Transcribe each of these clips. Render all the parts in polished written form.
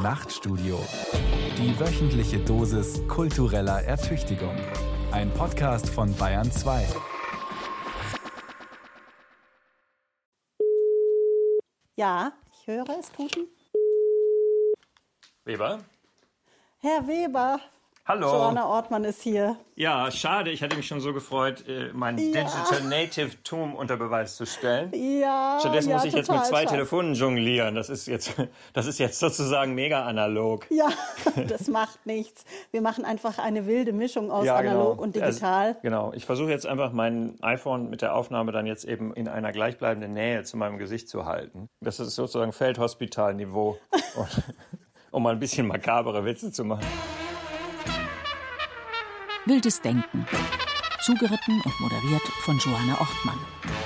Nachtstudio. Die wöchentliche Dosis kultureller Ertüchtigung. Ein Podcast von Bayern 2. Ja, ich höre es tuten. Weber? Herr Weber. Hallo. Joanna Ortmann ist hier. Ja, schade. Ich hatte mich schon so gefreut, mein Digital Native-Tum unter Beweis zu stellen. Ja, Stattdessen muss ich jetzt mit zwei schade. Telefonen jonglieren. Das ist jetzt sozusagen mega analog. Ja, das macht nichts. Wir machen einfach eine wilde Mischung aus analog und digital. Also, genau. Ich versuche jetzt einfach mein iPhone mit der Aufnahme dann jetzt eben in einer gleichbleibenden Nähe zu meinem Gesicht zu halten. Das ist sozusagen Feldhospital-Niveau, um mal ein bisschen makabere Witze zu machen. Wildes Denken. Zugeritten und moderiert von Joanna Ortmann.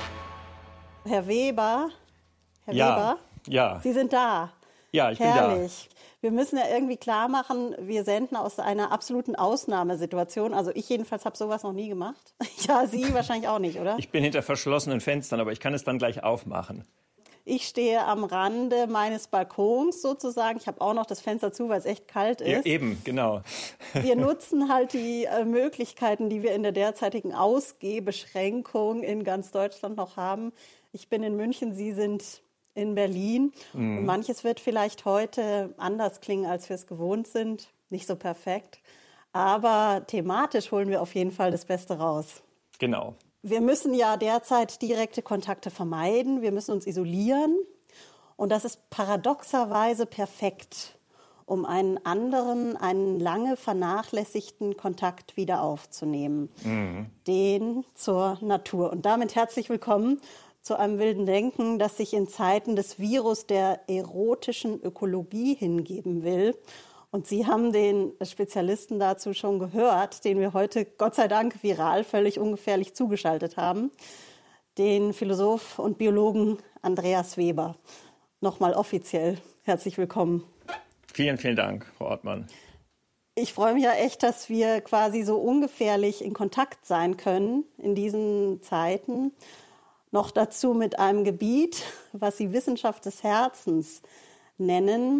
Herr Weber. Ja. Sie sind da. Ja, ich bin Herrlich. Wir müssen ja irgendwie klar machen, wir senden aus einer absoluten Ausnahmesituation. Also ich jedenfalls habe sowas noch nie gemacht. Ja, Sie wahrscheinlich auch nicht, oder? Ich bin hinter verschlossenen Fenstern, aber ich kann es dann gleich aufmachen. Ich stehe am Rande meines Balkons sozusagen. Ich habe auch noch das Fenster zu, weil es echt kalt ist. Ja, eben, genau. Wir nutzen halt die Möglichkeiten, die wir in der derzeitigen Ausgehbeschränkung in ganz Deutschland noch haben. Ich bin in München, Sie sind in Berlin. Und manches wird vielleicht heute anders klingen, als wir es gewohnt sind. Nicht so perfekt. Aber thematisch holen wir auf jeden Fall das Beste raus. Genau. Wir müssen ja derzeit direkte Kontakte vermeiden. Wir müssen uns isolieren. Und das ist paradoxerweise perfekt, um einen lange vernachlässigten Kontakt wieder aufzunehmen. Den zur Natur. Und damit herzlich willkommen zu einem wilden Denken, das sich in Zeiten des Virus der erotischen Ökologie hingeben will. Und Sie haben den Spezialisten dazu schon gehört, den wir heute, Gott sei Dank, viral, völlig ungefährlich zugeschaltet haben, den Philosoph und Biologen Andreas Weber. Nochmal offiziell herzlich willkommen. Vielen, vielen Dank, Frau Ortmann. Ich freue mich ja echt, dass wir quasi so ungefährlich in Kontakt sein können in diesen Zeiten. Noch dazu mit einem Gebiet, was Sie Wissenschaft des Herzens nennen,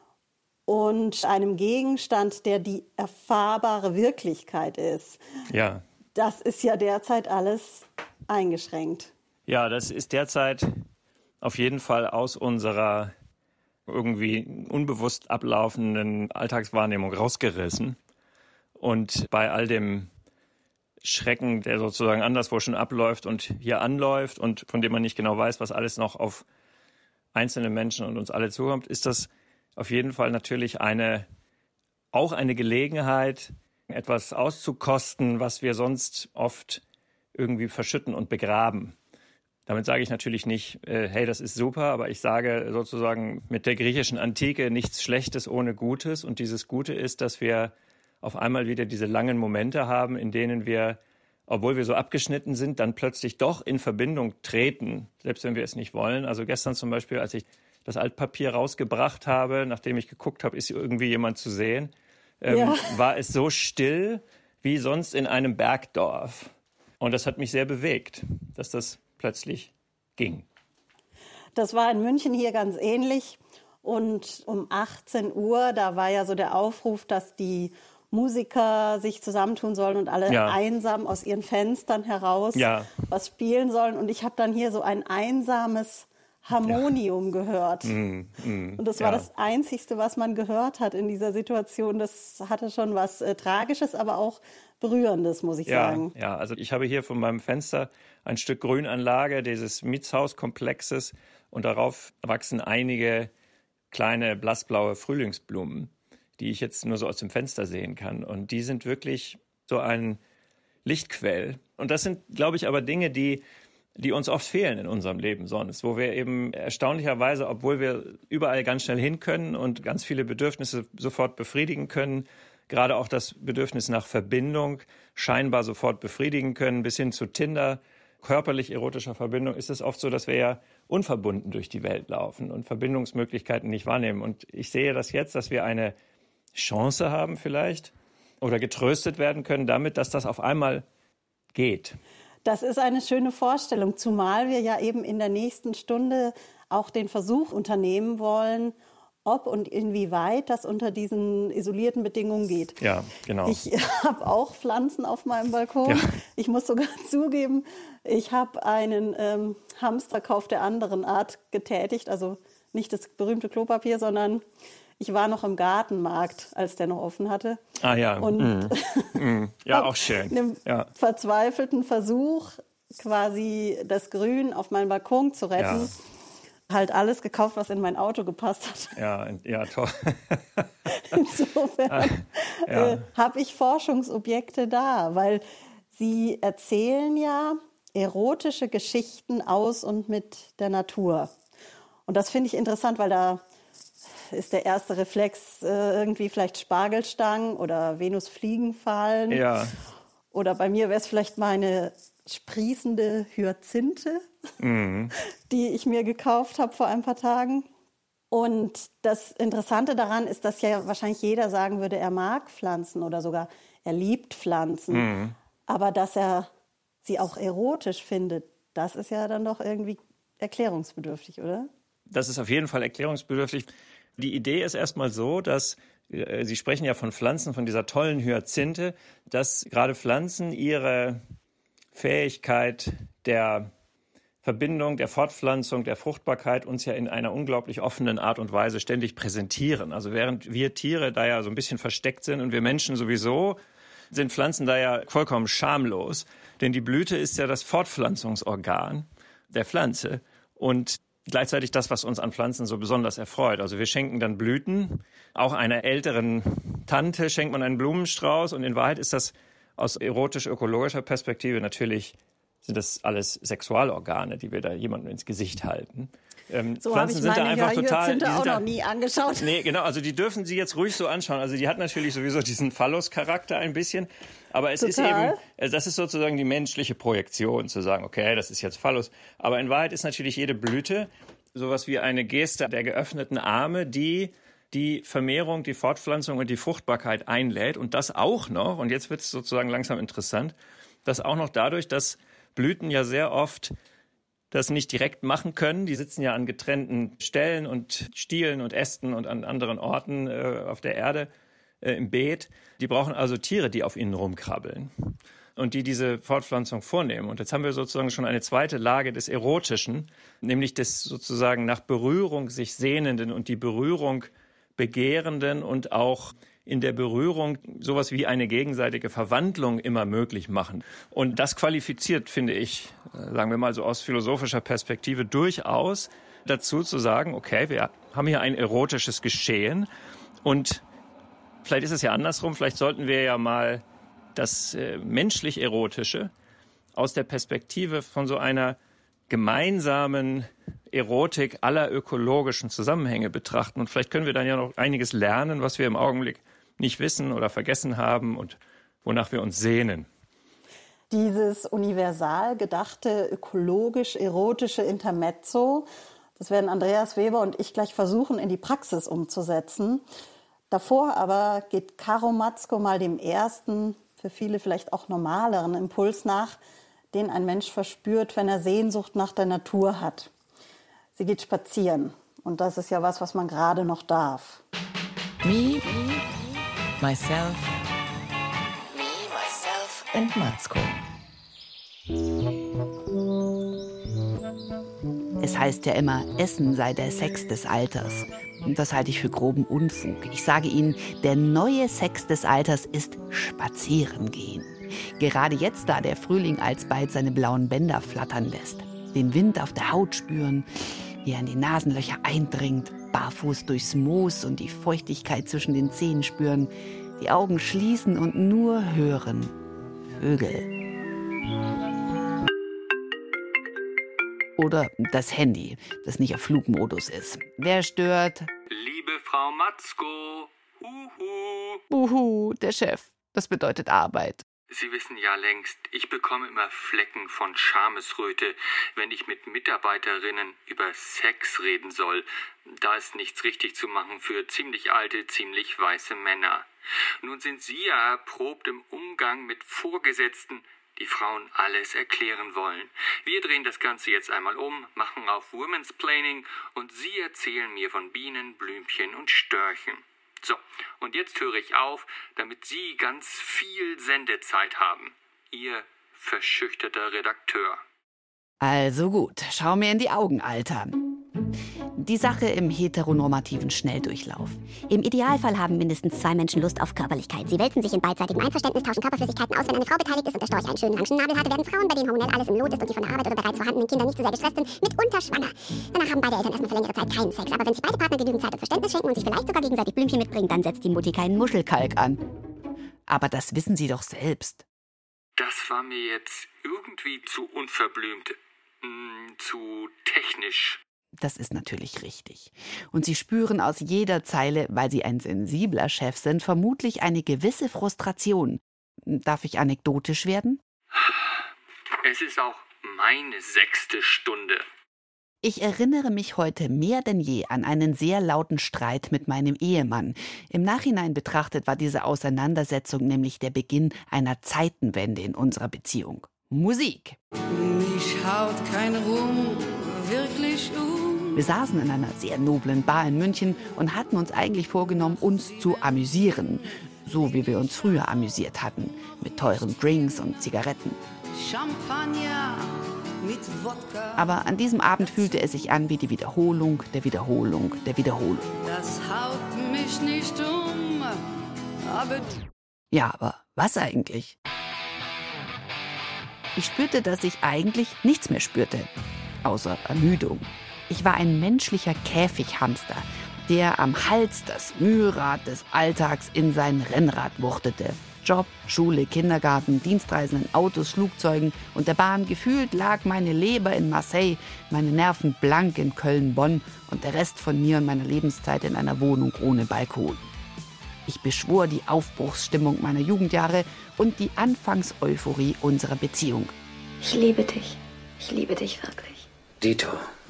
und einem Gegenstand, der die erfahrbare Wirklichkeit ist. Ja. Das ist ja derzeit alles eingeschränkt. Ja, das ist derzeit auf jeden Fall aus unserer irgendwie unbewusst ablaufenden Alltagswahrnehmung rausgerissen. Und bei all dem Schrecken, der sozusagen anderswo schon abläuft und hier anläuft und von dem man nicht genau weiß, was alles noch auf einzelne Menschen und uns alle zukommt, ist das auf jeden Fall natürlich auch eine Gelegenheit, etwas auszukosten, was wir sonst oft irgendwie verschütten und begraben. Damit sage ich natürlich nicht, hey, das ist super, aber ich sage sozusagen mit der griechischen Antike nichts Schlechtes ohne Gutes. Und dieses Gute ist, dass wir auf einmal wieder diese langen Momente haben, in denen wir, obwohl wir so abgeschnitten sind, dann plötzlich doch in Verbindung treten, selbst wenn wir es nicht wollen. Also gestern zum Beispiel, als ich das Altpapier rausgebracht habe, nachdem ich geguckt habe, ist irgendwie jemand zu sehen, war es so still wie sonst in einem Bergdorf. Und das hat mich sehr bewegt, dass das plötzlich ging. Das war in München hier ganz ähnlich. Und um 18 Uhr, da war ja so der Aufruf, dass die Musiker sich zusammentun sollen und alle einsam aus ihren Fenstern heraus was spielen sollen. Und ich habe dann hier so ein einsames Harmonium gehört. Und das war das Einzigste, was man gehört hat in dieser Situation. Das hatte schon was Tragisches, aber auch Berührendes, muss ich sagen. Ja, also ich habe hier von meinem Fenster ein Stück Grünanlage dieses Mietshauskomplexes und darauf wachsen einige kleine blassblaue Frühlingsblumen, die ich jetzt nur so aus dem Fenster sehen kann. Und die sind wirklich so ein Lichtquell. Und das sind, glaube ich, aber Dinge, die uns oft fehlen in unserem Leben sonst, wo wir eben erstaunlicherweise, obwohl wir überall ganz schnell hin können und ganz viele Bedürfnisse sofort befriedigen können, gerade auch das Bedürfnis nach Verbindung scheinbar sofort befriedigen können, bis hin zu Tinder, körperlich erotischer Verbindung, ist es oft so, dass wir ja unverbunden durch die Welt laufen und Verbindungsmöglichkeiten nicht wahrnehmen. Und ich sehe das jetzt, dass wir eine Chance haben vielleicht oder getröstet werden können damit, dass das auf einmal geht. Das ist eine schöne Vorstellung, zumal wir ja eben in der nächsten Stunde auch den Versuch unternehmen wollen, ob und inwieweit das unter diesen isolierten Bedingungen geht. Ja, genau. Ich habe auch Pflanzen auf meinem Balkon. Ja. Ich muss sogar zugeben, ich habe einen Hamsterkauf der anderen Art getätigt. Also nicht das berühmte Klopapier, sondern ich war noch im Gartenmarkt, als der noch offen hatte. Ah ja, Und ja, auch schön. In einem Ja. verzweifelten Versuch, quasi das Grün auf meinen Balkon zu retten, halt alles gekauft, was in mein Auto gepasst hat. Ja, toll. Insofern habe ich Forschungsobjekte da, weil sie erzählen ja erotische Geschichten aus und mit der Natur. Und das finde ich interessant, weil da ist der erste Reflex irgendwie vielleicht Spargelstangen oder Venusfliegenfallen. Ja. Oder bei mir wäre es vielleicht meine sprießende Hyazinthe, die ich mir gekauft habe vor ein paar Tagen. Und das Interessante daran ist, dass ja wahrscheinlich jeder sagen würde, er mag Pflanzen oder sogar er liebt Pflanzen. Aber dass er sie auch erotisch findet, das ist ja dann doch irgendwie erklärungsbedürftig, oder? Das ist auf jeden Fall erklärungsbedürftig. Die Idee ist erstmal so, dass Sie sprechen ja von Pflanzen, von dieser tollen Hyazinthe, dass gerade Pflanzen ihre Fähigkeit der Verbindung, der Fortpflanzung, der Fruchtbarkeit uns ja in einer unglaublich offenen Art und Weise ständig präsentieren. Also während wir Tiere da ja so ein bisschen versteckt sind und wir Menschen sowieso, sind Pflanzen da ja vollkommen schamlos. Denn die Blüte ist ja das Fortpflanzungsorgan der Pflanze und gleichzeitig das, was uns an Pflanzen so besonders erfreut. Also wir schenken dann Blüten. Auch einer älteren Tante schenkt man einen Blumenstrauß. Und in Wahrheit ist das aus erotisch-ökologischer Perspektive natürlich, sind das alles Sexualorgane, die wir da jemandem ins Gesicht halten. So habe ich meine Hyazinthe auch noch nie angeschaut. Nee, genau, also die dürfen Sie jetzt ruhig so anschauen. Also die hat natürlich sowieso diesen Phallus-Charakter ein bisschen. Aber es ist eben, das ist sozusagen die menschliche Projektion, zu sagen, okay, das ist jetzt Phallus. Aber in Wahrheit ist natürlich jede Blüte sowas wie eine Geste der geöffneten Arme, die die Vermehrung, die Fortpflanzung und die Fruchtbarkeit einlädt. Und das auch noch, und jetzt wird es sozusagen langsam interessant, das auch noch dadurch, dass Blüten ja sehr oft das nicht direkt machen können. Die sitzen ja an getrennten Stellen und Stielen und Ästen und an anderen Orten auf der Erde im Beet. Die brauchen also Tiere, die auf ihnen rumkrabbeln und die diese Fortpflanzung vornehmen. Und jetzt haben wir sozusagen schon eine zweite Lage des Erotischen, nämlich des sozusagen nach Berührung sich Sehnenden und die Berührung Begehrenden und auch in der Berührung sowas wie eine gegenseitige Verwandlung immer möglich machen. Und das qualifiziert, finde ich, sagen wir mal so aus philosophischer Perspektive, durchaus dazu zu sagen, okay, wir haben hier ein erotisches Geschehen und vielleicht ist es ja andersrum, vielleicht sollten wir ja mal das menschlich-erotische aus der Perspektive von so einer gemeinsamen Erotik aller ökologischen Zusammenhänge betrachten. Und vielleicht können wir dann ja noch einiges lernen, was wir im Augenblick nicht wissen oder vergessen haben und wonach wir uns sehnen. Dieses universal gedachte, ökologisch-erotische Intermezzo, das werden Andreas Weber und ich gleich versuchen, in die Praxis umzusetzen. Davor aber geht Karo Matzko mal dem ersten, für viele vielleicht auch normaleren Impuls nach, den ein Mensch verspürt, wenn er Sehnsucht nach der Natur hat. Sie geht spazieren. Und das ist ja was man gerade noch darf. Me, myself and Matzko. Es heißt ja immer, Essen sei der Sex des Alters. Und das halte ich für groben Unfug. Ich sage Ihnen, der neue Sex des Alters ist Spazierengehen. Gerade jetzt, da der Frühling alsbald seine blauen Bänder flattern lässt. Den Wind auf der Haut spüren, wie er in die Nasenlöcher eindringt, barfuß durchs Moos und die Feuchtigkeit zwischen den Zehen spüren, die Augen schließen und nur hören. Vögel. Oder das Handy, das nicht auf Flugmodus ist. Wer stört? Liebe Frau Matzko, huhu. Uhu, der Chef. Das bedeutet Arbeit. Sie wissen ja längst, ich bekomme immer Flecken von Schamesröte, wenn ich mit Mitarbeiterinnen über Sex reden soll. Da ist nichts richtig zu machen für ziemlich alte, ziemlich weiße Männer. Nun sind Sie ja erprobt im Umgang mit Vorgesetzten. die Frauen alles erklären wollen. Wir drehen das Ganze jetzt einmal um, machen auf Women's Planning und Sie erzählen mir von Bienen, Blümchen und Störchen. So, und jetzt höre ich auf, damit Sie ganz viel Sendezeit haben. Ihr verschüchterter Redakteur. Also gut, schau mir in die Augen, Alter. Die Sache im heteronormativen Schnelldurchlauf. Im Idealfall haben mindestens 2 Menschen Lust auf Körperlichkeit. Sie wälzen sich in beidseitigem Einverständnis, tauschen Körperflüssigkeiten aus. Wenn eine Frau beteiligt ist und der Storch einen schönen langen Schnabel hatte, werden Frauen, bei denen hormonell alles im Lot ist und die von der Arbeit oder bereits vorhandenen Kinder nicht so sehr gestresst sind, mitunter schwanger. Danach haben beide Eltern erstmal für längere Zeit keinen Sex. Aber wenn sich beide Partner genügend Zeit und Verständnis schenken und sich vielleicht sogar gegenseitig Blümchen mitbringen, dann setzt die Mutti keinen Muschelkalk an. Aber das wissen Sie doch selbst. Das war mir jetzt irgendwie zu unverblümt, zu technisch. Das ist natürlich richtig. Und Sie spüren aus jeder Zeile, weil Sie ein sensibler Chef sind, vermutlich eine gewisse Frustration. Darf ich anekdotisch werden? Es ist auch meine 6. Stunde. Ich erinnere mich heute mehr denn je an einen sehr lauten Streit mit meinem Ehemann. Im Nachhinein betrachtet war diese Auseinandersetzung nämlich der Beginn einer Zeitenwende in unserer Beziehung. Musik. Mich haut kein Ruhm wirklich Wir saßen in einer sehr noblen Bar in München und hatten uns eigentlich vorgenommen, uns zu amüsieren. So wie wir uns früher amüsiert hatten. Mit teuren Drinks und Zigaretten. Champagner mit Wodka. Aber an diesem Abend fühlte es sich an wie die Wiederholung der Wiederholung der Wiederholung. Das haut mich nicht um, aber... Ja, aber was eigentlich? Ich spürte, dass ich eigentlich nichts mehr spürte. Außer Ermüdung. Ich war ein menschlicher Käfighamster, der am Hals das Mühlrad des Alltags in sein Rennrad wuchtete. Job, Schule, Kindergarten, Dienstreisen in Autos, Flugzeugen und der Bahn. Gefühlt lag meine Leber in Marseille, meine Nerven blank in Köln-Bonn und der Rest von mir und meiner Lebenszeit in einer Wohnung ohne Balkon. Ich beschwor die Aufbruchsstimmung meiner Jugendjahre und die Anfangseuphorie unserer Beziehung. Ich liebe dich. Ich liebe dich wirklich. Dito.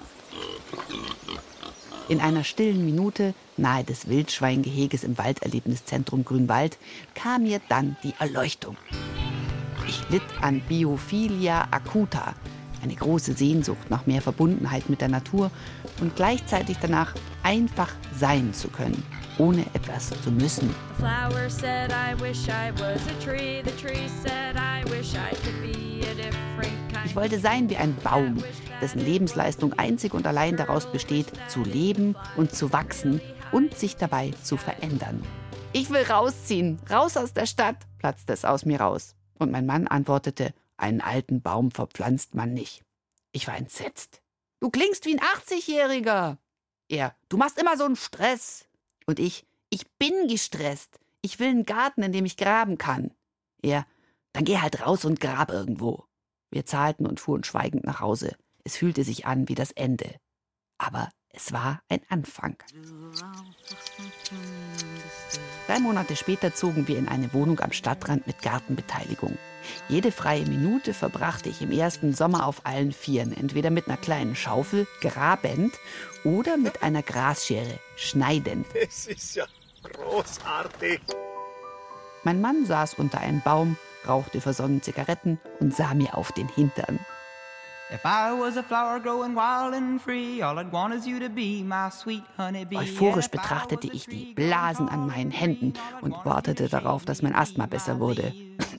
In einer stillen Minute, nahe des Wildschweingeheges im Walderlebniszentrum Grünwald, kam mir dann die Erleuchtung. Ich litt an Biophilia acuta, eine große Sehnsucht nach mehr Verbundenheit mit der Natur und gleichzeitig danach einfach sein zu können, ohne etwas zu müssen. Ich wollte sein wie ein Baum, dessen Lebensleistung einzig und allein daraus besteht, zu leben und zu wachsen und sich dabei zu verändern. Ich will rausziehen, raus aus der Stadt, platzte es aus mir raus. Und mein Mann antwortete, einen alten Baum verpflanzt man nicht. Ich war entsetzt. Du klingst wie ein 80-Jähriger. Er, du machst immer so einen Stress. Und ich bin gestresst. Ich will einen Garten, in dem ich graben kann. Er, dann geh halt raus und grab irgendwo. Wir zahlten und fuhren schweigend nach Hause. Es fühlte sich an wie das Ende. Aber es war ein Anfang. 3 Monate später zogen wir in eine Wohnung am Stadtrand mit Gartenbeteiligung. Jede freie Minute verbrachte ich im ersten Sommer auf allen Vieren, entweder mit einer kleinen Schaufel, grabend, oder mit einer Grasschere, schneidend. Es ist ja großartig. Mein Mann saß unter einem Baum, rauchte versonnen Zigaretten und sah mir auf den Hintern. Euphorisch betrachtete ich die Blasen an meinen Händen und wartete darauf, dass mein Asthma besser wurde,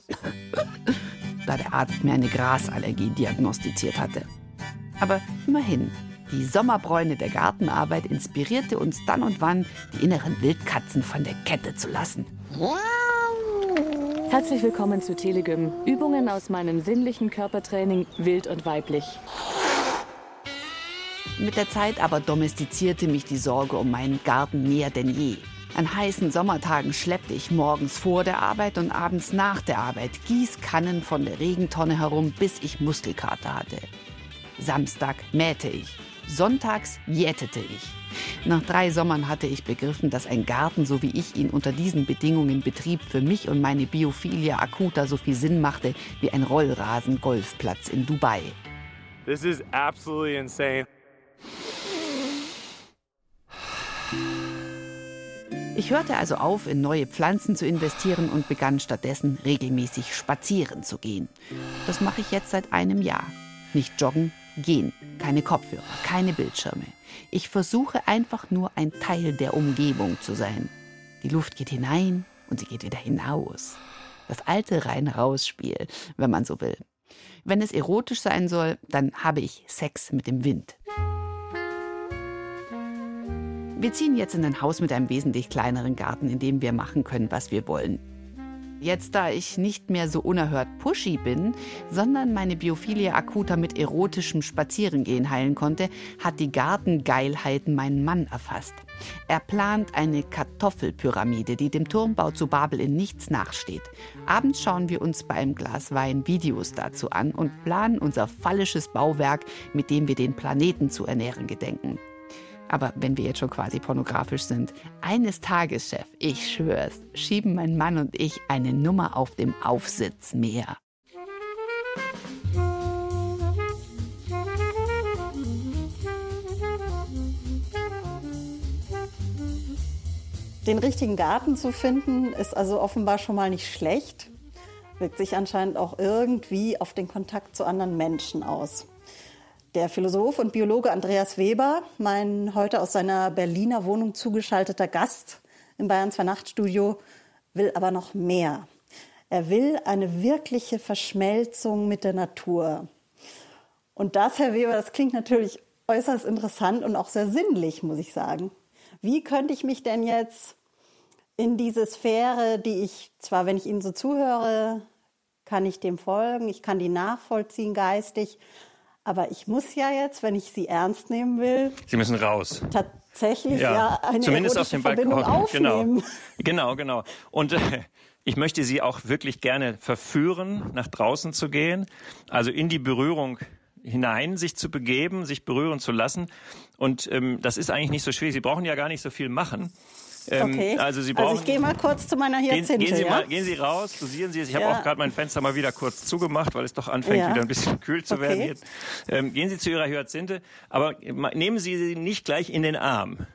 da der Arzt mir eine Grasallergie diagnostiziert hatte. Aber immerhin, die Sommerbräune der Gartenarbeit inspirierte uns dann und wann, die inneren Wildkatzen von der Kette zu lassen. Herzlich willkommen zu Telegym. Übungen aus meinem sinnlichen Körpertraining Wild und Weiblich. Mit der Zeit aber domestizierte mich die Sorge um meinen Garten mehr denn je. An heißen Sommertagen schleppte ich morgens vor der Arbeit und abends nach der Arbeit Gießkannen von der Regentonne herum, bis ich Muskelkater hatte. Samstag mähte ich, sonntags jätete ich. Nach 3 Sommern hatte ich begriffen, dass ein Garten, so wie ich ihn unter diesen Bedingungen betrieb, für mich und meine Biophilia acuta so viel Sinn machte wie ein Rollrasen-Golfplatz in Dubai. This is absolutely insane. Ich hörte also auf, in neue Pflanzen zu investieren und begann stattdessen regelmäßig spazieren zu gehen. Das mache ich jetzt seit einem Jahr. Nicht joggen, gehen. Keine Kopfhörer, keine Bildschirme. Ich versuche einfach nur ein Teil der Umgebung zu sein. Die Luft geht hinein und sie geht wieder hinaus. Das alte Rein-Raus-Spiel, wenn man so will. Wenn es erotisch sein soll, dann habe ich Sex mit dem Wind. Wir ziehen jetzt in ein Haus mit einem wesentlich kleineren Garten, in dem wir machen können, was wir wollen. Jetzt, da ich nicht mehr so unerhört pushy bin, sondern meine Biophilie akuter mit erotischem Spazierengehen heilen konnte, hat die Gartengeilheit meinen Mann erfasst. Er plant eine Kartoffelpyramide, die dem Turmbau zu Babel in nichts nachsteht. Abends schauen wir uns bei einem Glas Wein Videos dazu an und planen unser phallisches Bauwerk, mit dem wir den Planeten zu ernähren gedenken. Aber wenn wir jetzt schon quasi pornografisch sind, eines Tages, Chef, ich schwör's, schieben mein Mann und ich eine Nummer auf dem Aufsitzmeer. Den richtigen Garten zu finden, ist also offenbar schon mal nicht schlecht. Wirkt sich anscheinend auch irgendwie auf den Kontakt zu anderen Menschen aus. Der Philosoph und Biologe Andreas Weber, mein heute aus seiner Berliner Wohnung zugeschalteter Gast im Bayern 2 Nachtstudio, will aber noch mehr. Er will eine wirkliche Verschmelzung mit der Natur. Und das, Herr Weber, das klingt natürlich äußerst interessant und auch sehr sinnlich, muss ich sagen. Wie könnte ich mich denn jetzt in diese Sphäre, die ich zwar, wenn ich Ihnen so zuhöre, kann ich dem folgen, ich kann die nachvollziehen geistig, aber ich muss ja jetzt, wenn ich Sie ernst nehmen will... Sie müssen raus. Tatsächlich eine zumindest auf dem Verbindung aufnehmen. Genau. Und ich möchte Sie auch wirklich gerne verführen, nach draußen zu gehen, also in die Berührung hinein sich zu begeben, sich berühren zu lassen. Und das ist eigentlich nicht so schwierig. Sie brauchen ja gar nicht so viel machen. Okay. Also ich gehe mal kurz zu meiner Hyazinthe. Gehen Sie raus, dosieren Sie es. Ich habe auch gerade mein Fenster mal wieder kurz zugemacht, weil es doch anfängt, wieder ein bisschen kühl zu werden. Jetzt. Gehen Sie zu Ihrer Hyazinthe, aber nehmen Sie sie nicht gleich in den Arm.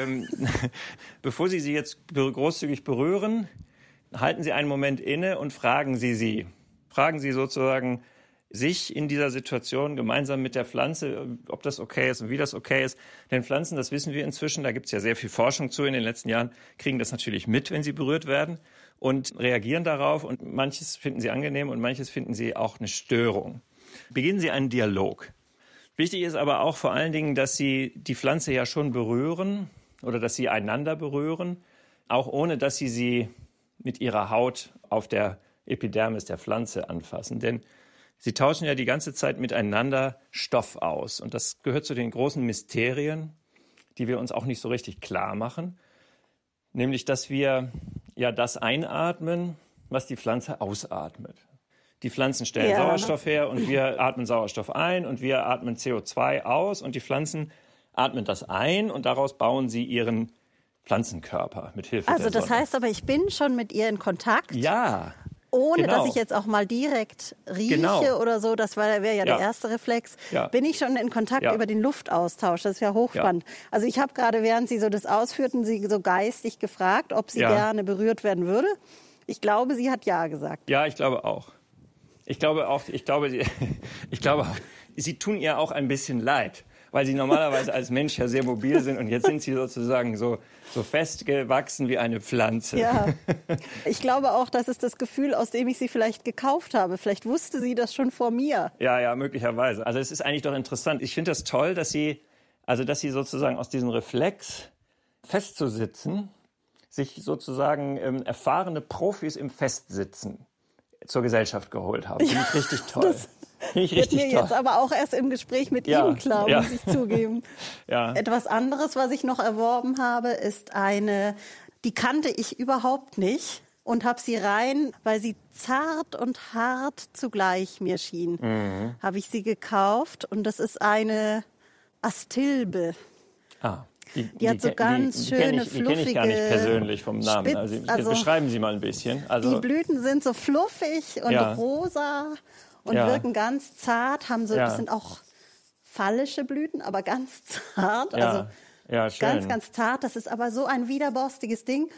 Bevor Sie jetzt großzügig berühren, halten Sie einen Moment inne und fragen Sie sie. Fragen Sie sozusagen sich in dieser Situation gemeinsam mit der Pflanze, ob das okay ist und wie das okay ist. Denn Pflanzen, das wissen wir inzwischen, da gibt es ja sehr viel Forschung zu in den letzten Jahren, kriegen das natürlich mit, wenn sie berührt werden und reagieren darauf. Und manches finden sie angenehm und manches finden sie auch eine Störung. Beginnen Sie einen Dialog. Wichtig ist aber auch vor allen Dingen, dass Sie die Pflanze ja schon berühren oder dass Sie einander berühren, auch ohne dass Sie mit Ihrer Haut auf der Epidermis der Pflanze anfassen. Denn Sie tauschen ja die ganze Zeit miteinander Stoff aus. Und das gehört zu den großen Mysterien, die wir uns auch nicht so richtig klar machen. Nämlich, dass wir ja das einatmen, was die Pflanze ausatmet. Die Pflanzen stellen Sauerstoff her und wir atmen Sauerstoff ein und wir atmen CO2 aus. Und die Pflanzen atmen das ein und daraus bauen sie ihren Pflanzenkörper mit Hilfe der Sonne. Also das heißt aber, ich bin schon mit ihr in Kontakt? Ja. Ohne dass ich jetzt auch mal direkt rieche oder so, das wäre ja der erste Reflex, bin ich schon in Kontakt über den Luftaustausch. Das ist ja hochspannend. Ja. Also ich habe gerade, während Sie so das ausführten, Sie so geistig gefragt, ob sie gerne berührt werden würde. Ich glaube, sie hat ja gesagt. Ja, ich glaube auch. Ich glaube auch, Sie tun ihr auch ein bisschen leid, weil Sie normalerweise als Mensch ja sehr mobil sind und jetzt sind Sie sozusagen so festgewachsen wie eine Pflanze. Ja, ich glaube auch, das ist das Gefühl, aus dem ich sie vielleicht gekauft habe. Vielleicht wusste sie das schon vor mir. Ja, möglicherweise. Also es ist eigentlich doch interessant. Ich finde das toll, dass Sie sozusagen aus diesem Reflex festzusitzen, sich sozusagen erfahrene Profis im Festsitzen zur Gesellschaft geholt haben. Finde ich richtig toll. Das wird mir jetzt aber auch erst im Gespräch mit Ihnen klar, muss ich zugeben. Etwas anderes, was ich noch erworben habe, ist die kannte ich überhaupt nicht und habe sie rein, weil sie zart und hart zugleich mir schien. Habe ich sie gekauft und das ist eine Astilbe. Die hat so ganz schöne, fluffige... Die kenne ich gar nicht persönlich vom Namen. Also beschreiben Sie mal ein bisschen. Also, die Blüten sind so fluffig und rosa und wirken ganz zart. Das sind auch phallische Blüten, aber ganz zart. Also Ja, schön. Ganz, ganz zart. Das ist aber so ein widerborstiges Ding,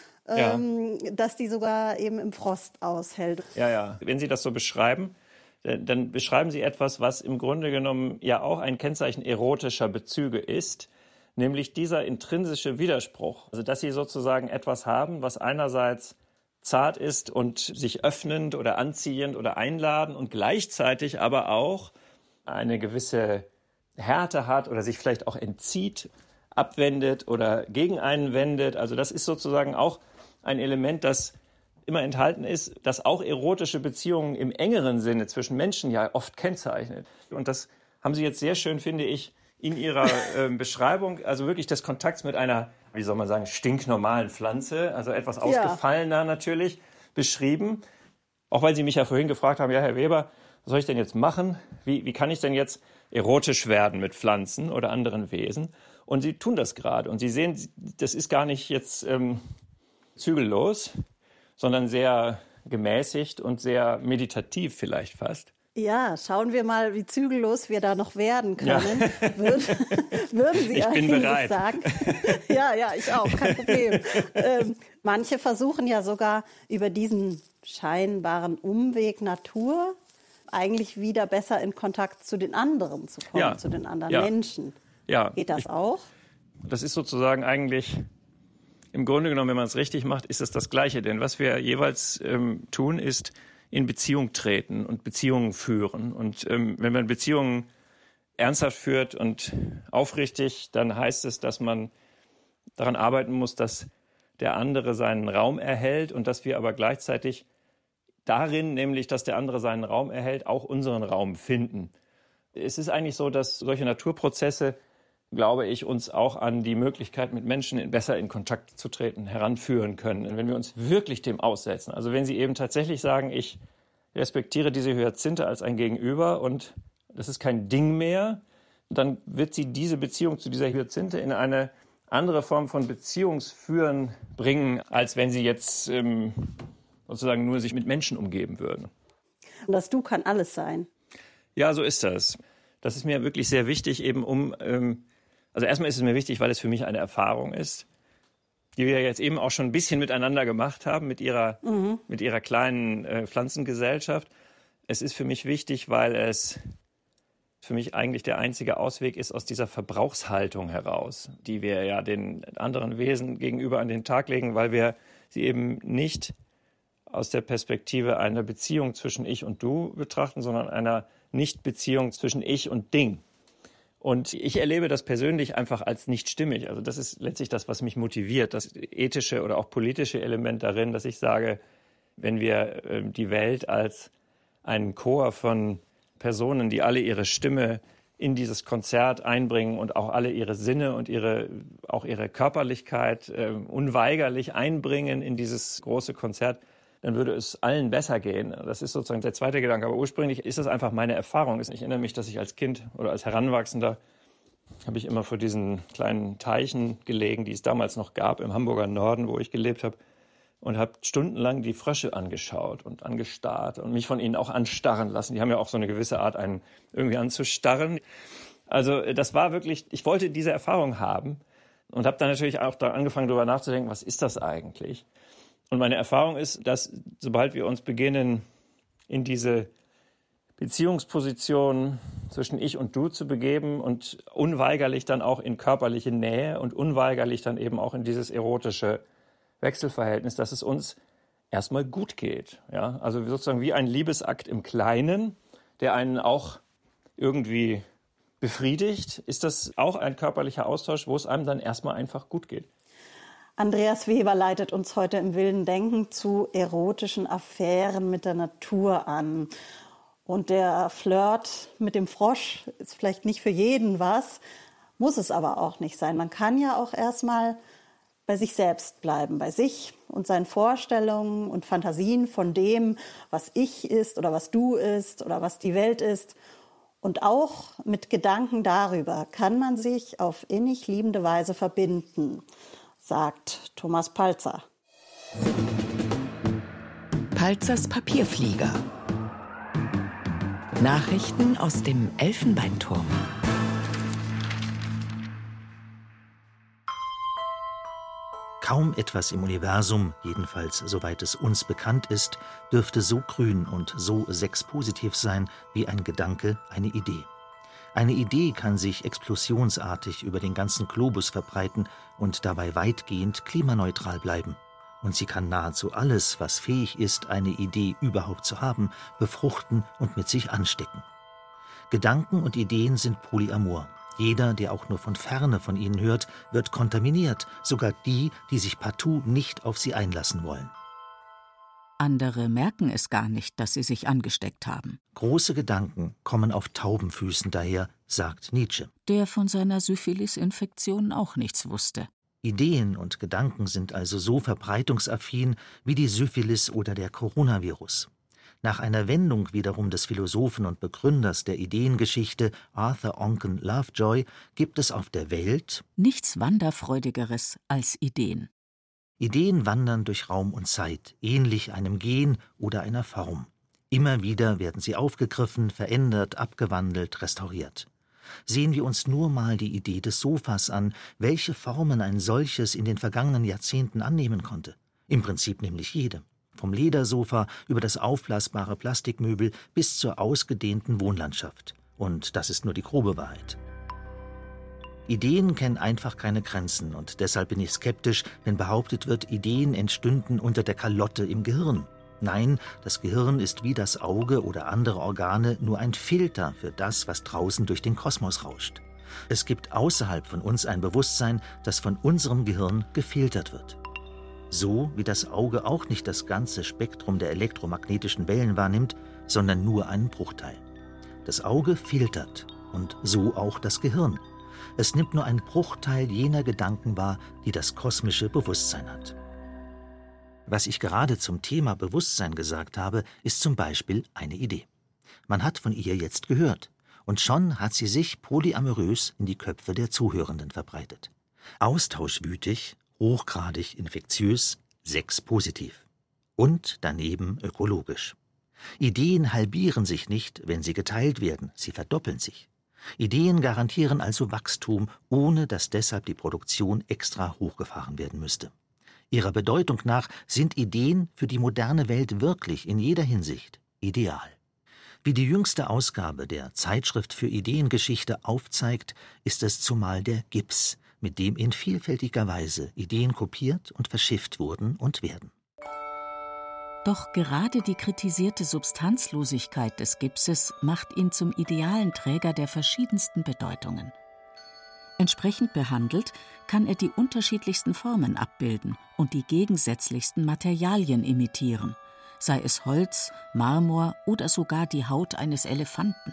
dass die sogar eben im Frost aushält. Ja. Wenn Sie das so beschreiben, dann beschreiben Sie etwas, was im Grunde genommen ja auch ein Kennzeichen erotischer Bezüge ist, nämlich dieser intrinsische Widerspruch. Also dass Sie sozusagen etwas haben, was einerseits zart ist und sich öffnend oder anziehend oder einladend und gleichzeitig aber auch eine gewisse Härte hat oder sich vielleicht auch entzieht, abwendet oder gegen einen wendet. Also das ist sozusagen auch ein Element, das immer enthalten ist, das auch erotische Beziehungen im engeren Sinne zwischen Menschen ja oft kennzeichnet. Und das haben Sie jetzt sehr schön, finde ich, in Ihrer Beschreibung, also wirklich des Kontakts mit einer, wie soll man sagen, stinknormalen Pflanze, also etwas ausgefallener natürlich, beschrieben. Auch weil Sie mich ja vorhin gefragt haben, ja, Herr Weber, was soll ich denn jetzt machen? Wie kann ich denn jetzt erotisch werden mit Pflanzen oder anderen Wesen? Und Sie tun das gerade. Und Sie sehen, das ist gar nicht jetzt zügellos, sondern sehr gemäßigt und sehr meditativ vielleicht fast. Ja, schauen wir mal, wie zügellos wir da noch werden können. Ja. Würden Sie ich bin bereit. Sagen? Ja, ich auch, kein Problem. Manche versuchen ja sogar über diesen scheinbaren Umweg Natur eigentlich wieder besser in Kontakt zu den anderen zu kommen, zu den anderen Menschen. Ja. Geht das auch? Das ist sozusagen eigentlich, im Grunde genommen, wenn man es richtig macht, ist es das Gleiche. Denn was wir jeweils tun, ist in Beziehung treten und Beziehungen führen. Und wenn man Beziehungen ernsthaft führt und aufrichtig, dann heißt es, dass man daran arbeiten muss, dass der andere seinen Raum erhält und dass wir aber gleichzeitig darin, nämlich dass der andere seinen Raum erhält, auch unseren Raum finden. Es ist eigentlich so, dass solche Naturprozesse, glaube ich, uns auch an die Möglichkeit, mit Menschen besser in Kontakt zu treten, heranführen können. Und wenn wir uns wirklich dem aussetzen, also wenn Sie eben tatsächlich sagen, ich respektiere diese Hyazinthe als ein Gegenüber und das ist kein Ding mehr, dann wird Sie diese Beziehung zu dieser Hyazinthe in eine andere Form von Beziehungsführen bringen, als wenn Sie jetzt sozusagen nur sich mit Menschen umgeben würden. Und das Du kann alles sein. Ja, so ist das. Das ist mir wirklich sehr wichtig, eben also erstmal ist es mir wichtig, weil es für mich eine Erfahrung ist, die wir jetzt eben auch schon ein bisschen miteinander gemacht haben, mit ihrer kleinen Pflanzengesellschaft. Es ist für mich wichtig, weil es für mich eigentlich der einzige Ausweg ist aus dieser Verbrauchshaltung heraus, die wir ja den anderen Wesen gegenüber an den Tag legen, weil wir sie eben nicht aus der Perspektive einer Beziehung zwischen Ich und Du betrachten, sondern einer Nicht-Beziehung zwischen Ich und Ding. Und ich erlebe das persönlich einfach als nicht stimmig. Also das ist letztlich das, was mich motiviert, das ethische oder auch politische Element darin, dass ich sage, wenn wir die Welt als einen Chor von Personen, die alle ihre Stimme in dieses Konzert einbringen und auch alle ihre Sinne und ihre Körperlichkeit unweigerlich einbringen in dieses große Konzert, dann würde es allen besser gehen. Das ist sozusagen der zweite Gedanke. Aber ursprünglich ist das einfach meine Erfahrung. Ich erinnere mich, dass ich als Kind oder als Heranwachsender habe ich immer vor diesen kleinen Teichen gelegen, die es damals noch gab im Hamburger Norden, wo ich gelebt habe, und habe stundenlang die Frösche angeschaut und angestarrt und mich von ihnen auch anstarren lassen. Die haben ja auch so eine gewisse Art, einen irgendwie anzustarren. Also das war wirklich, ich wollte diese Erfahrung haben und habe dann natürlich auch da angefangen, darüber nachzudenken, was ist das eigentlich? Und meine Erfahrung ist, dass sobald wir uns beginnen, in diese Beziehungsposition zwischen Ich und Du zu begeben und unweigerlich dann auch in körperliche Nähe und unweigerlich dann eben auch in dieses erotische Wechselverhältnis, dass es uns erstmal gut geht. Ja? Also sozusagen wie ein Liebesakt im Kleinen, der einen auch irgendwie befriedigt, ist das auch ein körperlicher Austausch, wo es einem dann erstmal einfach gut geht. Andreas Weber leitet uns heute im wilden Denken zu erotischen Affären mit der Natur an. Und der Flirt mit dem Frosch ist vielleicht nicht für jeden was, muss es aber auch nicht sein. Man kann ja auch erstmal bei sich selbst bleiben, bei sich und seinen Vorstellungen und Fantasien von dem, was ich ist oder was du ist oder was die Welt ist. Und auch mit Gedanken darüber kann man sich auf innig liebende Weise verbinden, sagt Thomas Palzer. Palzers Papierflieger. Nachrichten aus dem Elfenbeinturm. Kaum etwas im Universum, jedenfalls soweit es uns bekannt ist, dürfte so grün und so sexpositiv sein wie ein Gedanke, eine Idee. Eine Idee kann sich explosionsartig über den ganzen Globus verbreiten und dabei weitgehend klimaneutral bleiben. Und sie kann nahezu alles, was fähig ist, eine Idee überhaupt zu haben, befruchten und mit sich anstecken. Gedanken und Ideen sind polyamor. Jeder, der auch nur von Ferne von ihnen hört, wird kontaminiert, sogar die, die sich partout nicht auf sie einlassen wollen. Andere merken es gar nicht, dass sie sich angesteckt haben. Große Gedanken kommen auf Taubenfüßen daher, sagt Nietzsche. Der von seiner Syphilis-Infektion auch nichts wusste. Ideen und Gedanken sind also so verbreitungsaffin wie die Syphilis oder der Coronavirus. Nach einer Wendung wiederum des Philosophen und Begründers der Ideengeschichte Arthur Oncken Lovejoy gibt es auf der Welt nichts Wanderfreudigeres als Ideen. Ideen wandern durch Raum und Zeit, ähnlich einem Gen oder einer Form. Immer wieder werden sie aufgegriffen, verändert, abgewandelt, restauriert. Sehen wir uns nur mal die Idee des Sofas an, welche Formen ein solches in den vergangenen Jahrzehnten annehmen konnte. Im Prinzip nämlich jede. Vom Ledersofa über das aufblasbare Plastikmöbel bis zur ausgedehnten Wohnlandschaft. Und das ist nur die grobe Wahrheit. Ideen kennen einfach keine Grenzen und deshalb bin ich skeptisch, wenn behauptet wird, Ideen entstünden unter der Kalotte im Gehirn. Nein, das Gehirn ist wie das Auge oder andere Organe nur ein Filter für das, was draußen durch den Kosmos rauscht. Es gibt außerhalb von uns ein Bewusstsein, das von unserem Gehirn gefiltert wird. So wie das Auge auch nicht das ganze Spektrum der elektromagnetischen Wellen wahrnimmt, sondern nur einen Bruchteil. Das Auge filtert und so auch das Gehirn. Es nimmt nur einen Bruchteil jener Gedanken wahr, die das kosmische Bewusstsein hat. Was ich gerade zum Thema Bewusstsein gesagt habe, ist zum Beispiel eine Idee. Man hat von ihr jetzt gehört und schon hat sie sich polyamorös in die Köpfe der Zuhörenden verbreitet. Austauschwütig, hochgradig infektiös, sexpositiv. Und daneben ökologisch. Ideen halbieren sich nicht, wenn sie geteilt werden, sie verdoppeln sich. Ideen garantieren also Wachstum, ohne dass deshalb die Produktion extra hochgefahren werden müsste. Ihrer Bedeutung nach sind Ideen für die moderne Welt wirklich in jeder Hinsicht ideal. Wie die jüngste Ausgabe der Zeitschrift für Ideengeschichte aufzeigt, ist es zumal der Gips, mit dem in vielfältiger Weise Ideen kopiert und verschifft wurden und werden. Doch gerade die kritisierte Substanzlosigkeit des Gipses macht ihn zum idealen Träger der verschiedensten Bedeutungen. Entsprechend behandelt, kann er die unterschiedlichsten Formen abbilden und die gegensätzlichsten Materialien imitieren, sei es Holz, Marmor oder sogar die Haut eines Elefanten.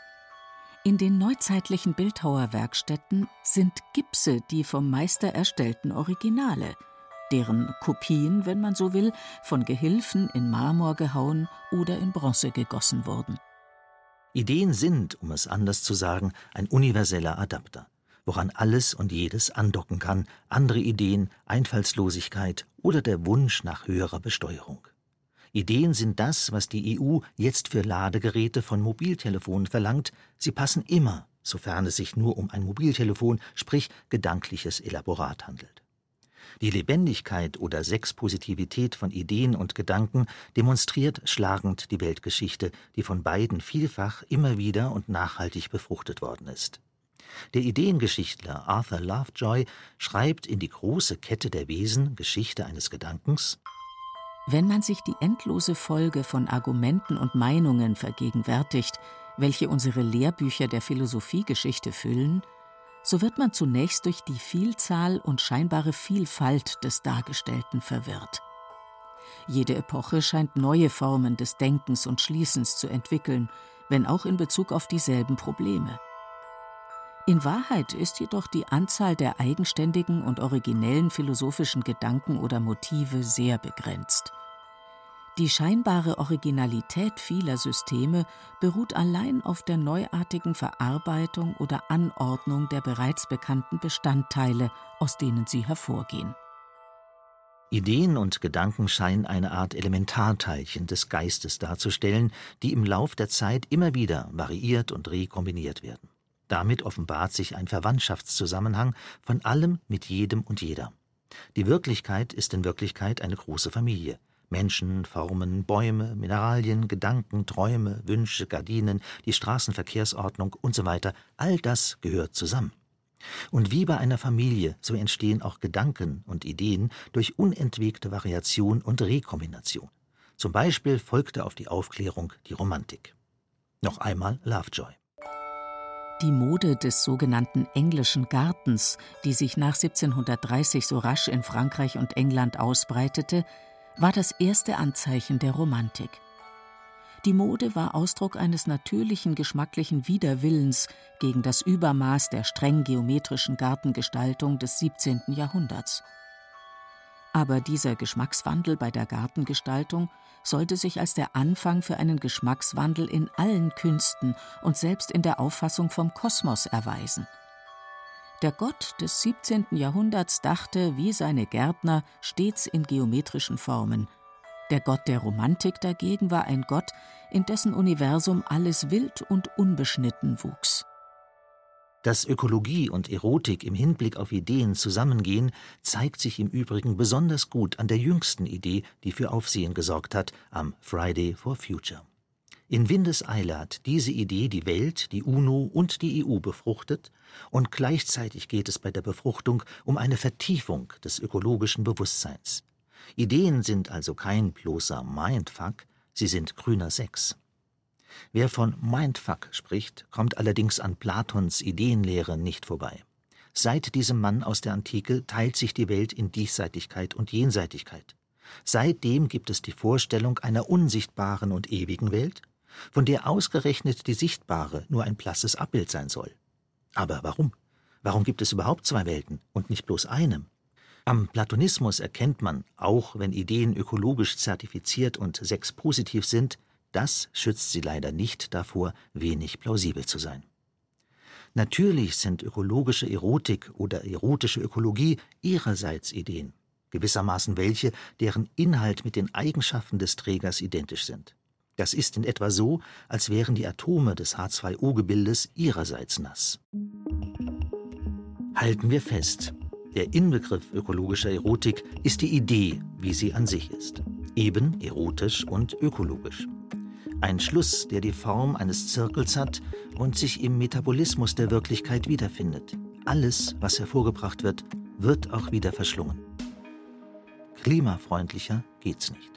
In den neuzeitlichen Bildhauerwerkstätten sind Gipse die vom Meister erstellten Originale, deren Kopien, wenn man so will, von Gehilfen in Marmor gehauen oder in Bronze gegossen wurden. Ideen sind, um es anders zu sagen, ein universeller Adapter, woran alles und jedes andocken kann, andere Ideen, Einfallslosigkeit oder der Wunsch nach höherer Besteuerung. Ideen sind das, was die EU jetzt für Ladegeräte von Mobiltelefonen verlangt. Sie passen immer, sofern es sich nur um ein Mobiltelefon, sprich gedankliches Elaborat handelt. Die Lebendigkeit oder Sexpositivität von Ideen und Gedanken demonstriert schlagend die Weltgeschichte, die von beiden vielfach immer wieder und nachhaltig befruchtet worden ist. Der Ideengeschichtler Arthur Lovejoy schreibt in die große Kette der Wesen, Geschichte eines Gedankens: Wenn man sich die endlose Folge von Argumenten und Meinungen vergegenwärtigt, welche unsere Lehrbücher der Philosophiegeschichte füllen, so wird man zunächst durch die Vielzahl und scheinbare Vielfalt des Dargestellten verwirrt. Jede Epoche scheint neue Formen des Denkens und Schließens zu entwickeln, wenn auch in Bezug auf dieselben Probleme. In Wahrheit ist jedoch die Anzahl der eigenständigen und originellen philosophischen Gedanken oder Motive sehr begrenzt. Die scheinbare Originalität vieler Systeme beruht allein auf der neuartigen Verarbeitung oder Anordnung der bereits bekannten Bestandteile, aus denen sie hervorgehen. Ideen und Gedanken scheinen eine Art Elementarteilchen des Geistes darzustellen, die im Lauf der Zeit immer wieder variiert und rekombiniert werden. Damit offenbart sich ein Verwandtschaftszusammenhang von allem mit jedem und jeder. Die Wirklichkeit ist in Wirklichkeit eine große Familie. Menschen, Formen, Bäume, Mineralien, Gedanken, Träume, Wünsche, Gardinen, die Straßenverkehrsordnung usw. All das gehört zusammen. Und wie bei einer Familie, so entstehen auch Gedanken und Ideen durch unentwegte Variation und Rekombination. Zum Beispiel folgte auf die Aufklärung die Romantik. Noch einmal Lovejoy. Die Mode des sogenannten englischen Gartens, die sich nach 1730 so rasch in Frankreich und England ausbreitete, war das erste Anzeichen der Romantik. Die Mode war Ausdruck eines natürlichen geschmacklichen Widerwillens gegen das Übermaß der streng geometrischen Gartengestaltung des 17. Jahrhunderts. Aber dieser Geschmackswandel bei der Gartengestaltung sollte sich als der Anfang für einen Geschmackswandel in allen Künsten und selbst in der Auffassung vom Kosmos erweisen. Der Gott des 17. Jahrhunderts dachte, wie seine Gärtner, stets in geometrischen Formen. Der Gott der Romantik dagegen war ein Gott, in dessen Universum alles wild und unbeschnitten wuchs. Dass Ökologie und Erotik im Hinblick auf Ideen zusammengehen, zeigt sich im Übrigen besonders gut an der jüngsten Idee, die für Aufsehen gesorgt hat, am Friday for Future. In Windeseile hat diese Idee die Welt, die UNO und die EU befruchtet, und gleichzeitig geht es bei der Befruchtung um eine Vertiefung des ökologischen Bewusstseins. Ideen sind also kein bloßer Mindfuck, sie sind grüner Sex. Wer von Mindfuck spricht, kommt allerdings an Platons Ideenlehre nicht vorbei. Seit diesem Mann aus der Antike teilt sich die Welt in Diesseitigkeit und Jenseitigkeit. Seitdem gibt es die Vorstellung einer unsichtbaren und ewigen Welt, von der ausgerechnet die sichtbare nur ein blasses Abbild sein soll. Aber warum? Warum gibt es überhaupt zwei Welten und nicht bloß eine? Am Platonismus erkennt man, auch wenn Ideen ökologisch zertifiziert und sexpositiv sind, das schützt sie leider nicht davor, wenig plausibel zu sein. Natürlich sind ökologische Erotik oder erotische Ökologie ihrerseits Ideen, gewissermaßen welche, deren Inhalt mit den Eigenschaften des Trägers identisch sind. Das ist in etwa so, als wären die Atome des H2O-Gebildes ihrerseits nass. Halten wir fest, der Inbegriff ökologischer Erotik ist die Idee, wie sie an sich ist, eben erotisch und ökologisch. Ein Schluss, der die Form eines Zirkels hat und sich im Metabolismus der Wirklichkeit wiederfindet. Alles, was hervorgebracht wird, wird auch wieder verschlungen. Klimafreundlicher geht's nicht.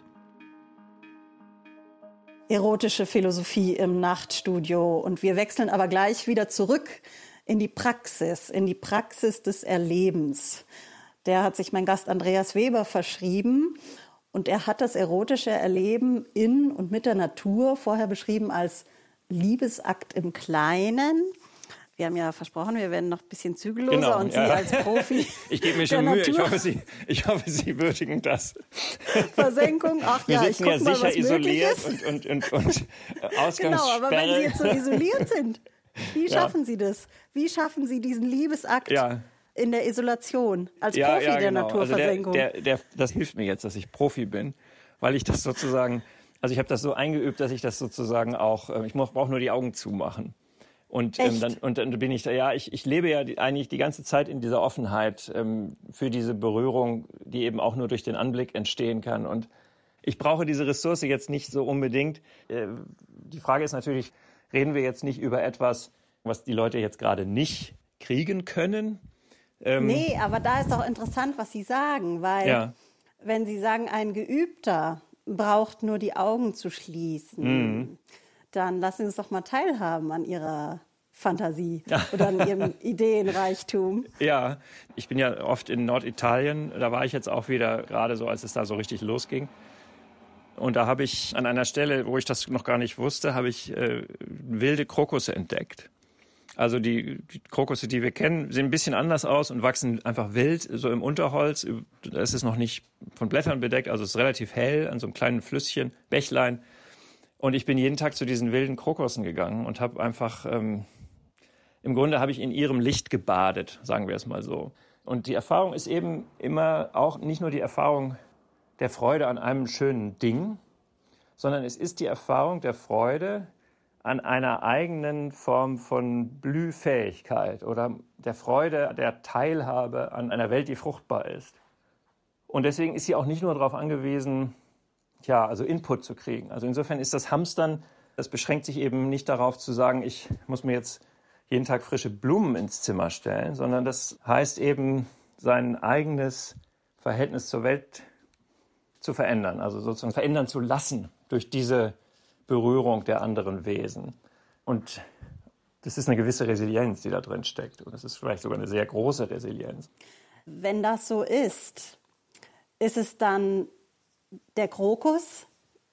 Erotische Philosophie im Nachtstudio. Und wir wechseln aber gleich wieder zurück in die Praxis des Erlebens. Der hat sich mein Gast Andreas Weber verschrieben. Und er hat das erotische Erleben in und mit der Natur vorher beschrieben als Liebesakt im Kleinen. Wir haben ja versprochen, wir werden noch ein bisschen zügelloser, genau, und Sie als Profi. Ich gebe mir schon Mühe, ich hoffe, Sie würdigen das. Versenkung, ach ja, ich gucke mal, was isoliert möglich ist. Und Ausgangssperre. Genau, aber wenn Sie jetzt so isoliert sind, wie schaffen Sie das? Wie schaffen Sie diesen Liebesakt in der Isolation als Profi der genau. Naturversenkung? Also das hilft mir jetzt, dass ich Profi bin, weil ich das sozusagen, also ich habe das so eingeübt, dass ich das sozusagen auch, ich brauche nur die Augen zumachen. Und dann bin ich da, ich lebe ja eigentlich die ganze Zeit in dieser Offenheit für diese Berührung, die eben auch nur durch den Anblick entstehen kann. Und ich brauche diese Ressource jetzt nicht so unbedingt. Die Frage ist natürlich, reden wir jetzt nicht über etwas, was die Leute jetzt gerade nicht kriegen können? Nee, aber da ist auch interessant, was Sie sagen, weil wenn Sie sagen, ein Geübter braucht nur die Augen zu schließen, dann lassen Sie uns doch mal teilhaben an Ihrer Fantasie oder an Ihrem Ideenreichtum. Ja, ich bin ja oft in Norditalien. Da war ich jetzt auch wieder, gerade so, als es da so richtig losging. Und da habe ich an einer Stelle, wo ich das noch gar nicht wusste, habe ich wilde Krokusse entdeckt. Also die Krokusse, die wir kennen, sehen ein bisschen anders aus und wachsen einfach wild, so im Unterholz. Da ist es noch nicht von Blättern bedeckt, also es ist relativ hell, an so einem kleinen Flüsschen, Bächlein. Und ich bin jeden Tag zu diesen wilden Krokussen gegangen und habe einfach, im Grunde habe ich in ihrem Licht gebadet, sagen wir es mal so. Und die Erfahrung ist eben immer auch nicht nur die Erfahrung der Freude an einem schönen Ding, sondern es ist die Erfahrung der Freude an einer eigenen Form von Blühfähigkeit oder der Freude, der Teilhabe an einer Welt, die fruchtbar ist. Und deswegen ist sie auch nicht nur darauf angewiesen, also Input zu kriegen. Also insofern ist das Hamstern, das beschränkt sich eben nicht darauf zu sagen, ich muss mir jetzt jeden Tag frische Blumen ins Zimmer stellen, sondern das heißt eben, sein eigenes Verhältnis zur Welt zu verändern, also sozusagen verändern zu lassen durch diese Berührung der anderen Wesen. Und das ist eine gewisse Resilienz, die da drin steckt. Und das ist vielleicht sogar eine sehr große Resilienz. Wenn das so ist es dann der Krokus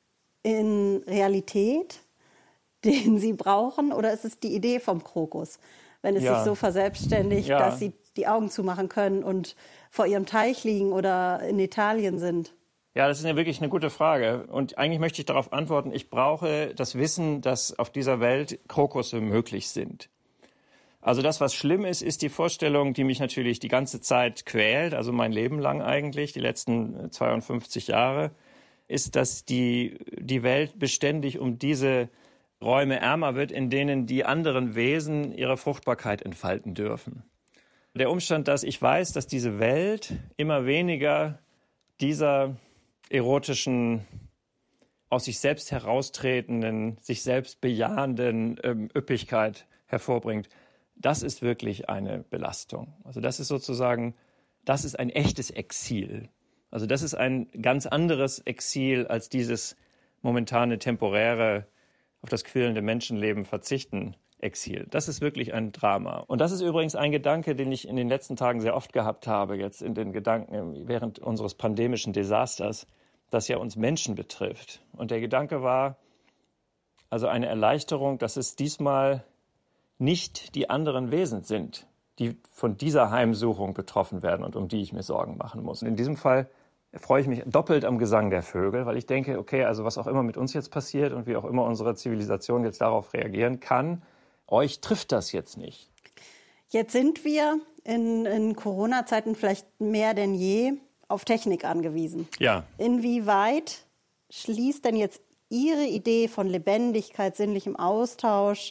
in Realität, den Sie brauchen, oder ist es die Idee vom Krokus, wenn es sich so verselbstständigt, dass Sie die Augen zumachen können und vor Ihrem Teich liegen oder in Italien sind? Ja, das ist wirklich eine gute Frage. Und eigentlich möchte ich darauf antworten, ich brauche das Wissen, dass auf dieser Welt Krokusse möglich sind. Also das, was schlimm ist, ist die Vorstellung, die mich natürlich die ganze Zeit quält, also mein Leben lang eigentlich, die letzten 52 Jahre, ist, dass die Welt beständig um diese Räume ärmer wird, in denen die anderen Wesen ihre Fruchtbarkeit entfalten dürfen. Der Umstand, dass ich weiß, dass diese Welt immer weniger dieser erotischen, aus sich selbst heraustretenden, sich selbst bejahenden Üppigkeit hervorbringt, das ist wirklich eine Belastung. Also das ist sozusagen, das ist ein echtes Exil. Also das ist ein ganz anderes Exil als dieses momentane, temporäre, auf das quälende Menschenleben verzichten Exil. Das ist wirklich ein Drama. Und das ist übrigens ein Gedanke, den ich in den letzten Tagen sehr oft gehabt habe, jetzt in den Gedanken während unseres pandemischen Desasters, das ja uns Menschen betrifft. Und der Gedanke war also eine Erleichterung, dass es diesmal nicht die anderen Wesen sind, die von dieser Heimsuchung betroffen werden und um die ich mir Sorgen machen muss. Und in diesem Fall freue ich mich doppelt am Gesang der Vögel, weil ich denke, okay, also was auch immer mit uns jetzt passiert und wie auch immer unsere Zivilisation jetzt darauf reagieren kann, euch trifft das jetzt nicht. Jetzt sind wir in Corona-Zeiten vielleicht mehr denn je auf Technik angewiesen. Ja. Inwieweit schließt denn jetzt Ihre Idee von Lebendigkeit, sinnlichem Austausch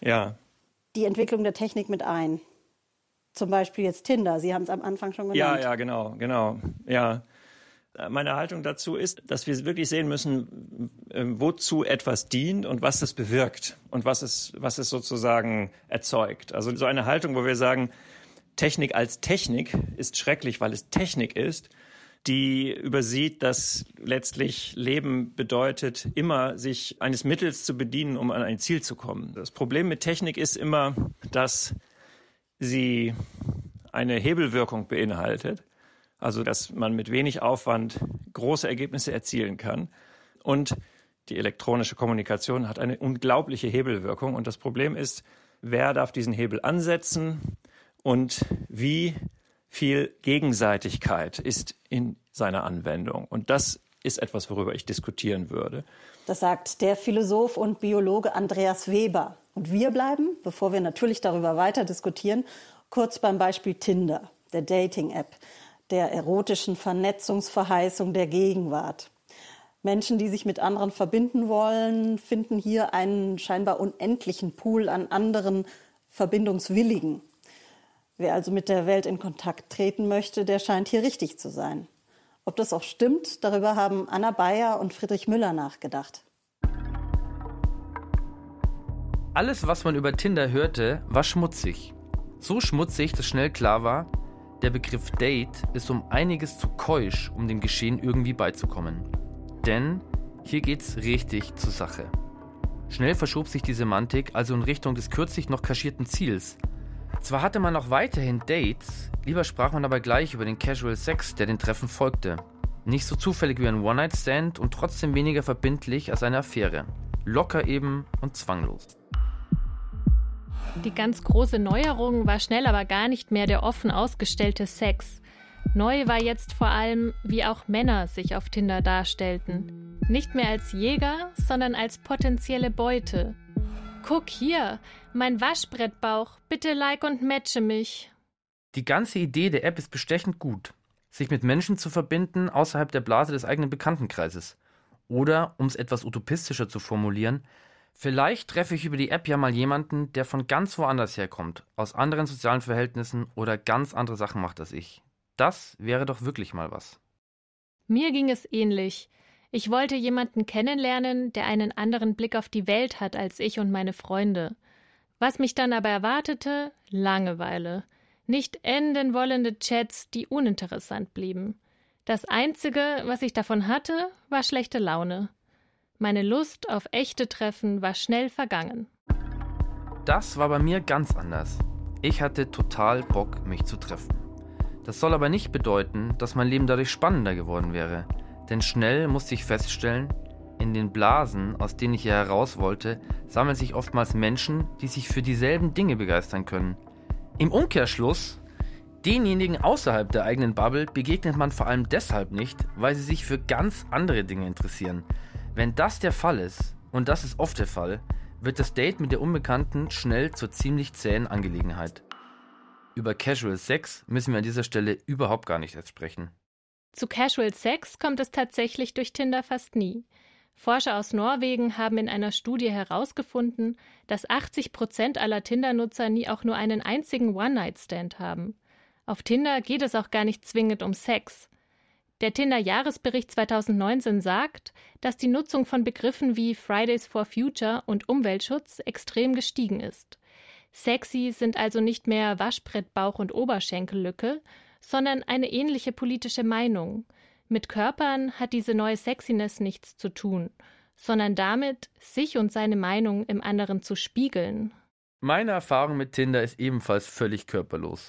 die Entwicklung der Technik mit ein? Zum Beispiel jetzt Tinder, Sie haben es am Anfang schon genannt. Ja, genau. Ja. Meine Haltung dazu ist, dass wir wirklich sehen müssen, wozu etwas dient und was es bewirkt und was es sozusagen erzeugt. Also so eine Haltung, wo wir sagen, Technik als Technik ist schrecklich, weil es Technik ist, die übersieht, dass letztlich Leben bedeutet, immer sich eines Mittels zu bedienen, um an ein Ziel zu kommen. Das Problem mit Technik ist immer, dass sie eine Hebelwirkung beinhaltet. Also, dass man mit wenig Aufwand große Ergebnisse erzielen kann. Und die elektronische Kommunikation hat eine unglaubliche Hebelwirkung. Und das Problem ist, wer darf diesen Hebel ansetzen und wie viel Gegenseitigkeit ist in seiner Anwendung. Und das ist etwas, worüber ich diskutieren würde. Das sagt der Philosoph und Biologe Andreas Weber. Und wir bleiben, bevor wir natürlich darüber weiter diskutieren, kurz beim Beispiel Tinder, der Dating-App, der erotischen Vernetzungsverheißung der Gegenwart. Menschen, die sich mit anderen verbinden wollen, finden hier einen scheinbar unendlichen Pool an anderen Verbindungswilligen. Wer also mit der Welt in Kontakt treten möchte, der scheint hier richtig zu sein. Ob das auch stimmt, darüber haben Anna Bayer und Friedrich Müller nachgedacht. Alles, was man über Tinder hörte, war schmutzig. So schmutzig, dass schnell klar war, der Begriff Date ist um einiges zu keusch, um dem Geschehen irgendwie beizukommen. Denn hier geht's richtig zur Sache. Schnell verschob sich die Semantik also in Richtung des kürzlich noch kaschierten Ziels. Zwar hatte man auch weiterhin Dates, lieber sprach man aber gleich über den Casual Sex, der den Treffen folgte. Nicht so zufällig wie ein One-Night-Stand und trotzdem weniger verbindlich als eine Affäre. Locker eben und zwanglos. Die ganz große Neuerung war schnell aber gar nicht mehr der offen ausgestellte Sex. Neu war jetzt vor allem, wie auch Männer sich auf Tinder darstellten. Nicht mehr als Jäger, sondern als potenzielle Beute. Guck hier, mein Waschbrettbauch, bitte like und matche mich. Die ganze Idee der App ist bestechend gut. Sich mit Menschen zu verbinden außerhalb der Blase des eigenen Bekanntenkreises. Oder, um es etwas utopistischer zu formulieren, vielleicht treffe ich über die App ja mal jemanden, der von ganz woanders herkommt, aus anderen sozialen Verhältnissen oder ganz andere Sachen macht als ich. Das wäre doch wirklich mal was. Mir ging es ähnlich. Ich wollte jemanden kennenlernen, der einen anderen Blick auf die Welt hat als ich und meine Freunde. Was mich dann aber erwartete? Langeweile. Nicht enden wollende Chats, die uninteressant blieben. Das Einzige, was ich davon hatte, war schlechte Laune. Meine Lust auf echte Treffen war schnell vergangen. Das war bei mir ganz anders. Ich hatte total Bock, mich zu treffen. Das soll aber nicht bedeuten, dass mein Leben dadurch spannender geworden wäre. Denn schnell musste ich feststellen, in den Blasen, aus denen ich hier heraus wollte, sammeln sich oftmals Menschen, die sich für dieselben Dinge begeistern können. Im Umkehrschluss, denjenigen außerhalb der eigenen Bubble begegnet man vor allem deshalb nicht, weil sie sich für ganz andere Dinge interessieren. Wenn das der Fall ist, und das ist oft der Fall, wird das Date mit der Unbekannten schnell zur ziemlich zähen Angelegenheit. Über Casual Sex müssen wir an dieser Stelle überhaupt gar nicht erst sprechen. Zu Casual Sex kommt es tatsächlich durch Tinder fast nie. Forscher aus Norwegen haben in einer Studie herausgefunden, dass 80% aller Tinder-Nutzer nie auch nur einen einzigen One-Night-Stand haben. Auf Tinder geht es auch gar nicht zwingend um Sex. Der Tinder-Jahresbericht 2019 sagt, dass die Nutzung von Begriffen wie Fridays for Future und Umweltschutz extrem gestiegen ist. Sexy sind also nicht mehr Waschbrett, Bauch- und Oberschenkellücke, sondern eine ähnliche politische Meinung. Mit Körpern hat diese neue Sexiness nichts zu tun, sondern damit, sich und seine Meinung im anderen zu spiegeln. Meine Erfahrung mit Tinder ist ebenfalls völlig körperlos.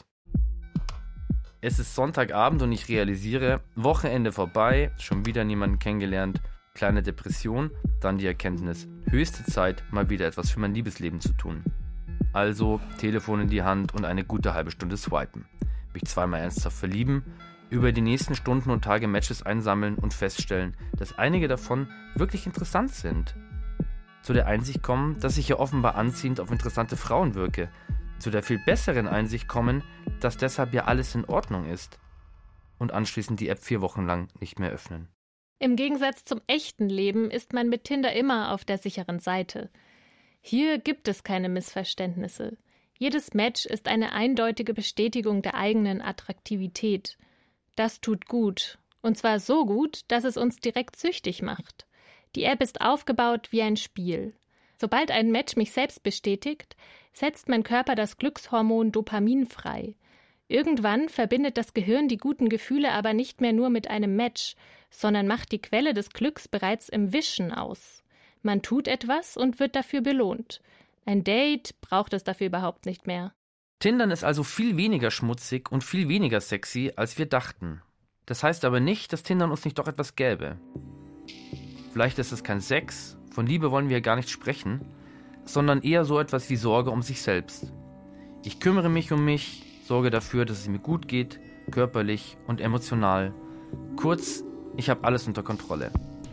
Es ist Sonntagabend und ich realisiere, Wochenende vorbei, schon wieder niemanden kennengelernt, kleine Depression, dann die Erkenntnis, höchste Zeit, mal wieder etwas für mein Liebesleben zu tun. Also Telefon in die Hand und eine gute halbe Stunde swipen. Mich zweimal ernsthaft verlieben, über die nächsten Stunden und Tage Matches einsammeln und feststellen, dass einige davon wirklich interessant sind. Zu der Einsicht kommen, dass ich ja offenbar anziehend auf interessante Frauen wirke. Zu der viel besseren Einsicht kommen, dass deshalb ja alles in Ordnung ist. Und anschließend die App 4 Wochen lang nicht mehr öffnen. Im Gegensatz zum echten Leben ist man mit Tinder immer auf der sicheren Seite. Hier gibt es keine Missverständnisse. Jedes Match ist eine eindeutige Bestätigung der eigenen Attraktivität. Das tut gut. Und zwar so gut, dass es uns direkt süchtig macht. Die App ist aufgebaut wie ein Spiel. Sobald ein Match mich selbst bestätigt, setzt mein Körper das Glückshormon Dopamin frei. Irgendwann verbindet das Gehirn die guten Gefühle aber nicht mehr nur mit einem Match, sondern macht die Quelle des Glücks bereits im Wischen aus. Man tut etwas und wird dafür belohnt. Ein Date braucht es dafür überhaupt nicht mehr. Tindern ist also viel weniger schmutzig und viel weniger sexy, als wir dachten. Das heißt aber nicht, dass Tindern uns nicht doch etwas gäbe. Vielleicht ist es kein Sex, von Liebe wollen wir gar nicht sprechen, sondern eher so etwas wie Sorge um sich selbst. Ich kümmere mich um mich, sorge dafür, dass es mir gut geht, körperlich und emotional. Kurz, ich habe alles unter Kontrolle.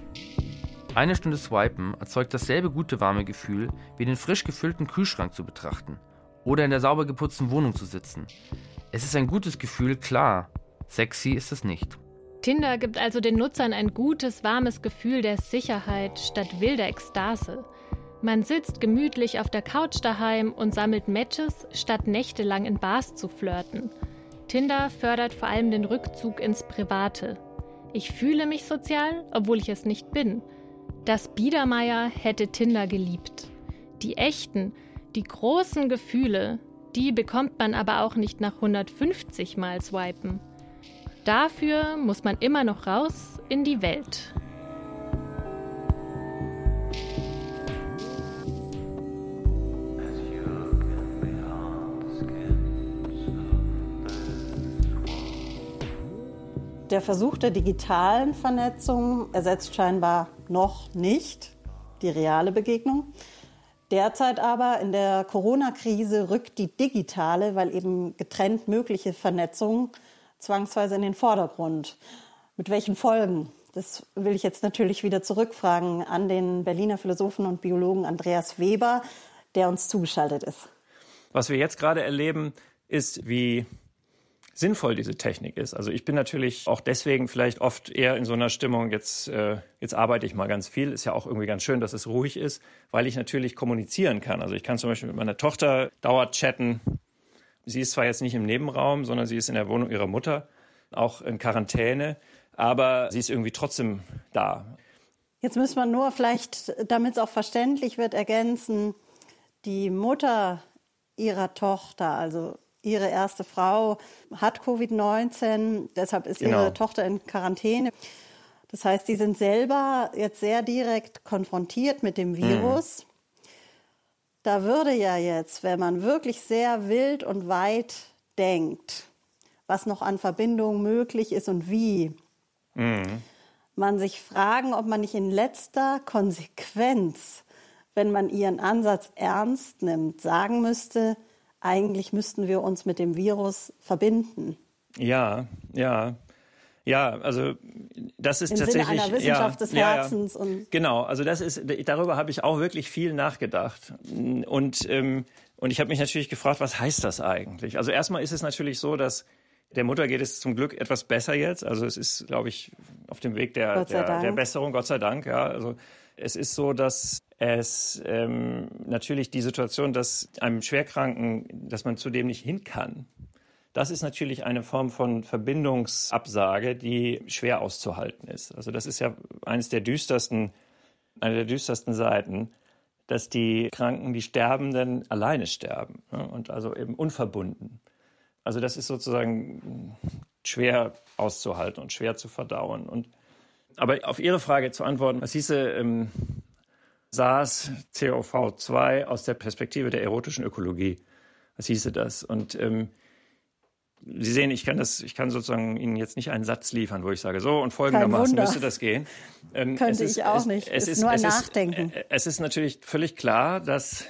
Eine Stunde swipen erzeugt dasselbe gute warme Gefühl, wie den frisch gefüllten Kühlschrank zu betrachten oder in der sauber geputzten Wohnung zu sitzen. Es ist ein gutes Gefühl, klar. Sexy ist es nicht. Tinder gibt also den Nutzern ein gutes, warmes Gefühl der Sicherheit statt wilder Ekstase. Man sitzt gemütlich auf der Couch daheim und sammelt Matches, statt nächtelang in Bars zu flirten. Tinder fördert vor allem den Rückzug ins Private. Ich fühle mich sozial, obwohl ich es nicht bin. Das Biedermeier hätte Tinder geliebt. Die echten, die großen Gefühle, die bekommt man aber auch nicht nach 150 Mal swipen. Dafür muss man immer noch raus in die Welt. Der Versuch der digitalen Vernetzung ersetzt scheinbar noch nicht die reale Begegnung. Derzeit aber in der Corona-Krise rückt die digitale, weil eben getrennt mögliche Vernetzung zwangsweise in den Vordergrund. Mit welchen Folgen? Das will ich jetzt natürlich wieder zurückfragen an den Berliner Philosophen und Biologen Andreas Weber, der uns zugeschaltet ist. Was wir jetzt gerade erleben, ist, wie sinnvoll diese Technik ist. Also ich bin natürlich auch deswegen vielleicht oft eher in so einer Stimmung, jetzt arbeite ich mal ganz viel. Ist ja auch irgendwie ganz schön, dass es ruhig ist, weil ich natürlich kommunizieren kann. Also ich kann zum Beispiel mit meiner Tochter dauernd chatten. Sie ist zwar jetzt nicht im Nebenraum, sondern sie ist in der Wohnung ihrer Mutter, auch in Quarantäne. aber sie ist irgendwie trotzdem da. Jetzt muss man nur vielleicht, damit es auch verständlich wird, ergänzen, die Mutter ihrer Tochter, also ihre erste Frau, hat Covid-19, deshalb ist ihre Tochter in Quarantäne. Das heißt, die sind selber jetzt sehr direkt konfrontiert mit dem Virus. Da würde ja jetzt, wenn man wirklich sehr wild und weit denkt, was noch an Verbindungen möglich ist und wie, man sich fragen, ob man nicht in letzter Konsequenz, wenn man ihren Ansatz ernst nimmt, sagen müsste, eigentlich müssten wir uns mit dem Virus verbinden. Ja, also das ist im tatsächlich Sinne einer Wissenschaft des Herzens. Und genau, also darüber habe ich auch wirklich viel nachgedacht. Und ich habe mich natürlich gefragt, was heißt das eigentlich? Also erstmal ist es natürlich so, dass der Mutter geht es zum Glück etwas besser jetzt. Also es ist, glaube ich, auf dem Weg der Besserung, Gott sei Dank. Ja, also es ist so, dass es natürlich die Situation, dass einem Schwerkranken, dass man zu dem nicht hin kann, das ist natürlich eine Form von Verbindungsabsage, die schwer auszuhalten ist. Also das ist ja eine der düstersten Seiten, dass die Kranken, die Sterbenden alleine sterben, ne? Und also eben unverbunden. Also das ist sozusagen schwer auszuhalten und schwer zu verdauen. Aber auf Ihre Frage zu antworten, was hieße SARS-CoV-2 aus der Perspektive der erotischen Ökologie? Was hieße das? Und Sie sehen, ich kann sozusagen Ihnen jetzt nicht einen Satz liefern, wo ich sage, so und folgendermaßen müsste das gehen. Könnte ich auch nicht. Es ist nur ein Nachdenken. Es ist natürlich völlig klar, dass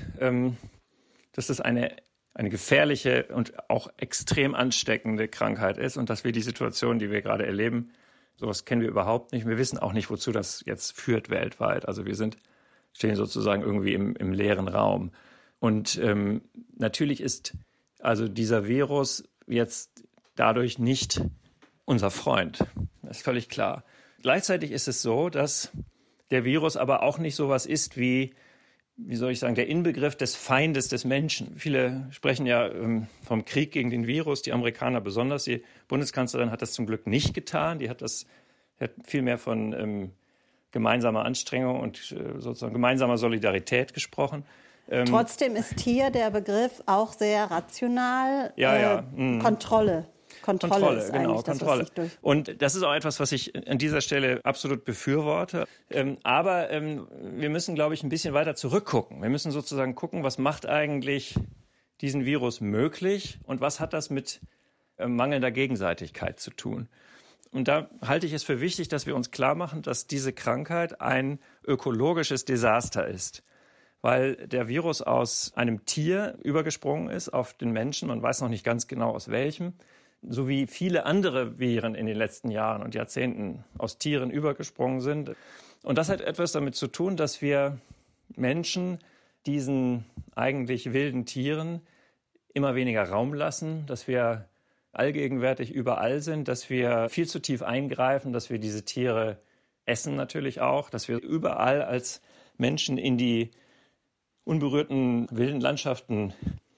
das eine gefährliche und auch extrem ansteckende Krankheit ist und dass wir die Situation, die wir gerade erleben, sowas kennen wir überhaupt nicht. Wir wissen auch nicht, wozu das jetzt führt weltweit. Also wir stehen sozusagen irgendwie im leeren Raum. Und natürlich ist also dieser Virus jetzt dadurch nicht unser Freund. Das ist völlig klar. Gleichzeitig ist es so, dass der Virus aber auch nicht sowas ist wie soll ich sagen, der Inbegriff des Feindes des Menschen. Viele sprechen ja vom Krieg gegen den Virus, die Amerikaner besonders. Die Bundeskanzlerin hat das zum Glück nicht getan. Die hat viel mehr von gemeinsamer Anstrengung und sozusagen gemeinsamer Solidarität gesprochen. Trotzdem ist hier der Begriff auch sehr rational. Kontrolle ist genau, das, Kontrolle. was sich durch... Und das ist auch etwas, was ich an dieser Stelle absolut befürworte. Aber wir müssen, glaube ich, ein bisschen weiter zurückgucken. Wir müssen sozusagen gucken, was macht eigentlich diesen Virus möglich und was hat das mit mangelnder Gegenseitigkeit zu tun. Und da halte ich es für wichtig, dass wir uns klar machen, dass diese Krankheit ein ökologisches Desaster ist. Weil der Virus aus einem Tier übergesprungen ist auf den Menschen. Man weiß noch nicht ganz genau aus welchem. So wie viele andere Viren in den letzten Jahren und Jahrzehnten aus Tieren übergesprungen sind. Und das hat etwas damit zu tun, dass wir Menschen diesen eigentlich wilden Tieren immer weniger Raum lassen, dass wir allgegenwärtig überall sind, dass wir viel zu tief eingreifen, dass wir diese Tiere essen natürlich auch, dass wir überall als Menschen in die unberührten wilden Landschaften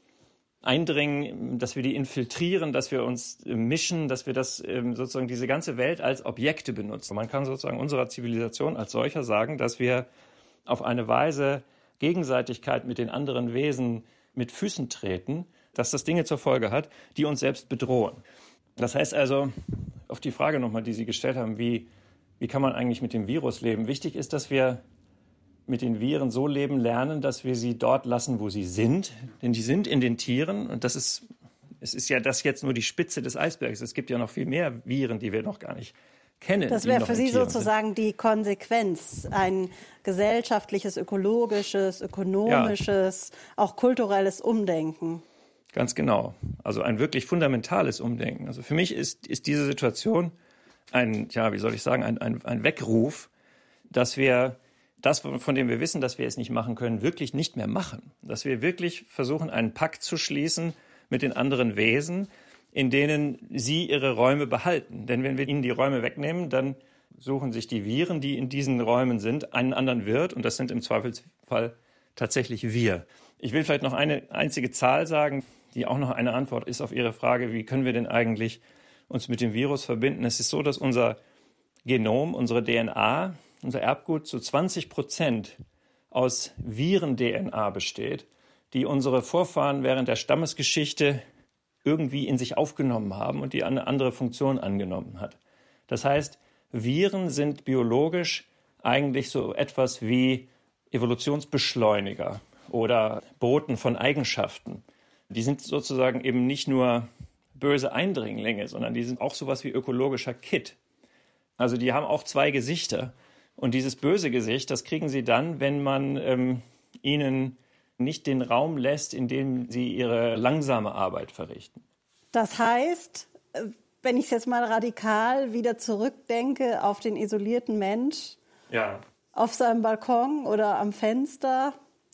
eindringen, dass wir die infiltrieren, dass wir uns mischen, dass wir das sozusagen diese ganze Welt als Objekte benutzen. Man kann sozusagen unserer Zivilisation als solcher sagen, dass wir auf eine Weise Gegenseitigkeit mit den anderen Wesen mit Füßen treten, dass das Dinge zur Folge hat, die uns selbst bedrohen. Das heißt also, auf die Frage nochmal, die Sie gestellt haben, wie kann man eigentlich mit dem Virus leben? Wichtig ist, dass wir mit den Viren so leben lernen, dass wir sie dort lassen, wo sie sind. Denn die sind in den Tieren. Und es ist ja das jetzt nur die Spitze des Eisbergs. Es gibt ja noch viel mehr Viren, die wir noch gar nicht kennen. Das wäre für Sie sozusagen die Konsequenz. Ein gesellschaftliches, ökologisches, ökonomisches, auch kulturelles Umdenken. Ganz genau. Also ein wirklich fundamentales Umdenken. Also für mich ist diese Situation ein Weckruf, dass wir das, von dem wir wissen, dass wir es nicht machen können, wirklich nicht mehr machen. Dass wir wirklich versuchen, einen Pakt zu schließen mit den anderen Wesen, in denen sie ihre Räume behalten. Denn wenn wir ihnen die Räume wegnehmen, dann suchen sich die Viren, die in diesen Räumen sind, einen anderen Wirt. Und das sind im Zweifelsfall tatsächlich wir. Ich will vielleicht noch eine einzige Zahl sagen, die auch noch eine Antwort ist auf Ihre Frage, wie können wir denn eigentlich uns mit dem Virus verbinden? Es ist so, dass unser Genom, unsere DNA, unser Erbgut zu 20% aus Viren-DNA besteht, die unsere Vorfahren während der Stammesgeschichte irgendwie in sich aufgenommen haben und die eine andere Funktion angenommen hat. Das heißt, Viren sind biologisch eigentlich so etwas wie Evolutionsbeschleuniger oder Boten von Eigenschaften. Die sind sozusagen eben nicht nur böse Eindringlinge, sondern die sind auch sowas wie ökologischer Kit. Also die haben auch zwei Gesichter. Und dieses böse Gesicht, das kriegen sie dann, wenn man ihnen nicht den Raum lässt, in dem sie ihre langsame Arbeit verrichten. Das heißt, wenn ich es jetzt mal radikal wieder zurückdenke auf den isolierten Mensch, ja, auf seinem Balkon oder am Fenster,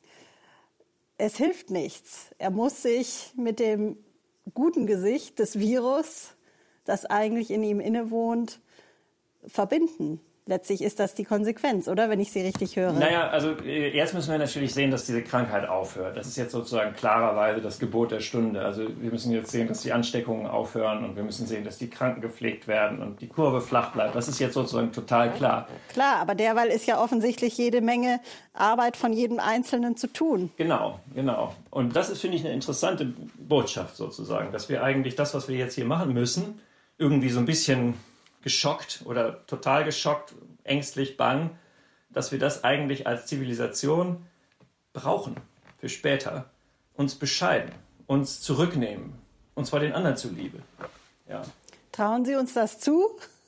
es hilft nichts. Er muss sich mit dem guten Gesicht des Virus, das eigentlich in ihm innewohnt, verbinden. Letztlich ist das die Konsequenz, oder? Wenn ich Sie richtig höre. Naja, also jetzt müssen wir natürlich sehen, dass diese Krankheit aufhört. Das ist jetzt sozusagen klarerweise das Gebot der Stunde. Also wir müssen jetzt sehen, dass die Ansteckungen aufhören und wir müssen sehen, dass die Kranken gepflegt werden und die Kurve flach bleibt. Das ist jetzt sozusagen total klar. Klar, aber derweil ist ja offensichtlich jede Menge Arbeit von jedem Einzelnen zu tun. Genau. Und das ist, finde ich, eine interessante Botschaft sozusagen, dass wir eigentlich das, was wir jetzt hier machen müssen, irgendwie so ein bisschen geschockt oder total geschockt, ängstlich, bang, dass wir das eigentlich als Zivilisation brauchen für später. Uns bescheiden, uns zurücknehmen, und zwar den anderen zuliebe. Ja. Trauen Sie uns das zu?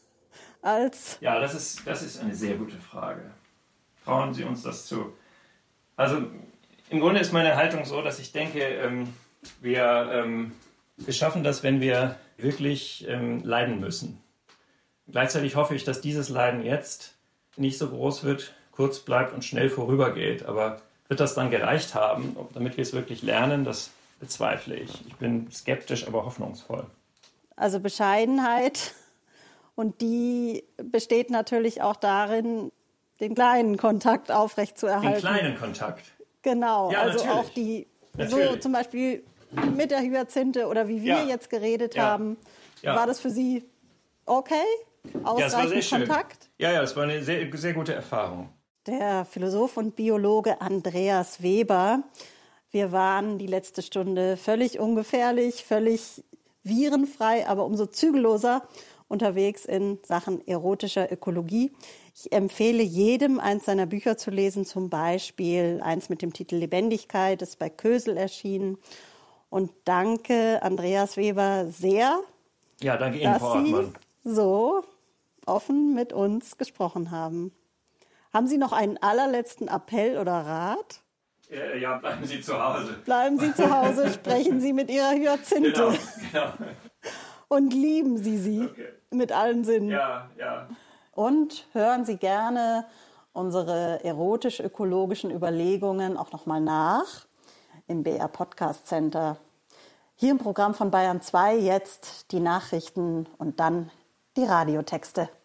Ja, das ist eine sehr gute Frage. Trauen Sie uns das zu? Also im Grunde ist meine Haltung so, dass ich denke, wir schaffen das, wenn wir wirklich leiden müssen. Gleichzeitig hoffe ich, dass dieses Leiden jetzt nicht so groß wird, kurz bleibt und schnell vorübergeht. Aber wird das dann gereicht haben, damit wir es wirklich lernen? Das bezweifle ich. Ich bin skeptisch, aber hoffnungsvoll. Also Bescheidenheit, und die besteht natürlich auch darin, den kleinen Kontakt aufrechtzuerhalten. Den kleinen Kontakt? Genau, ja, also natürlich. Auch die, natürlich. So zum Beispiel mit der Hyazinthe oder wie wir jetzt geredet haben. Ja. War das für Sie okay? Ausreichend Kontakt? Ja, das war eine sehr, sehr gute Erfahrung. Der Philosoph und Biologe Andreas Weber. Wir waren die letzte Stunde völlig ungefährlich, völlig virenfrei, aber umso zügelloser unterwegs in Sachen erotischer Ökologie. Ich empfehle jedem, eins seiner Bücher zu lesen, zum Beispiel eins mit dem Titel Lebendigkeit, das ist bei Kösel erschienen. Und danke Andreas Weber sehr, ja, danke Ihnen, Frau Hartmann, so offen mit uns gesprochen haben. Haben Sie noch einen allerletzten Appell oder Rat? Ja, bleiben Sie zu Hause. Bleiben Sie zu Hause, sprechen Sie mit Ihrer Hyazinthe. Genau. Und lieben Sie sie mit allen Sinnen. Ja. Und hören Sie gerne unsere erotisch-ökologischen Überlegungen auch nochmal nach im BR Podcast Center. Hier im Programm von Bayern 2 jetzt die Nachrichten und dann die Radiotexte.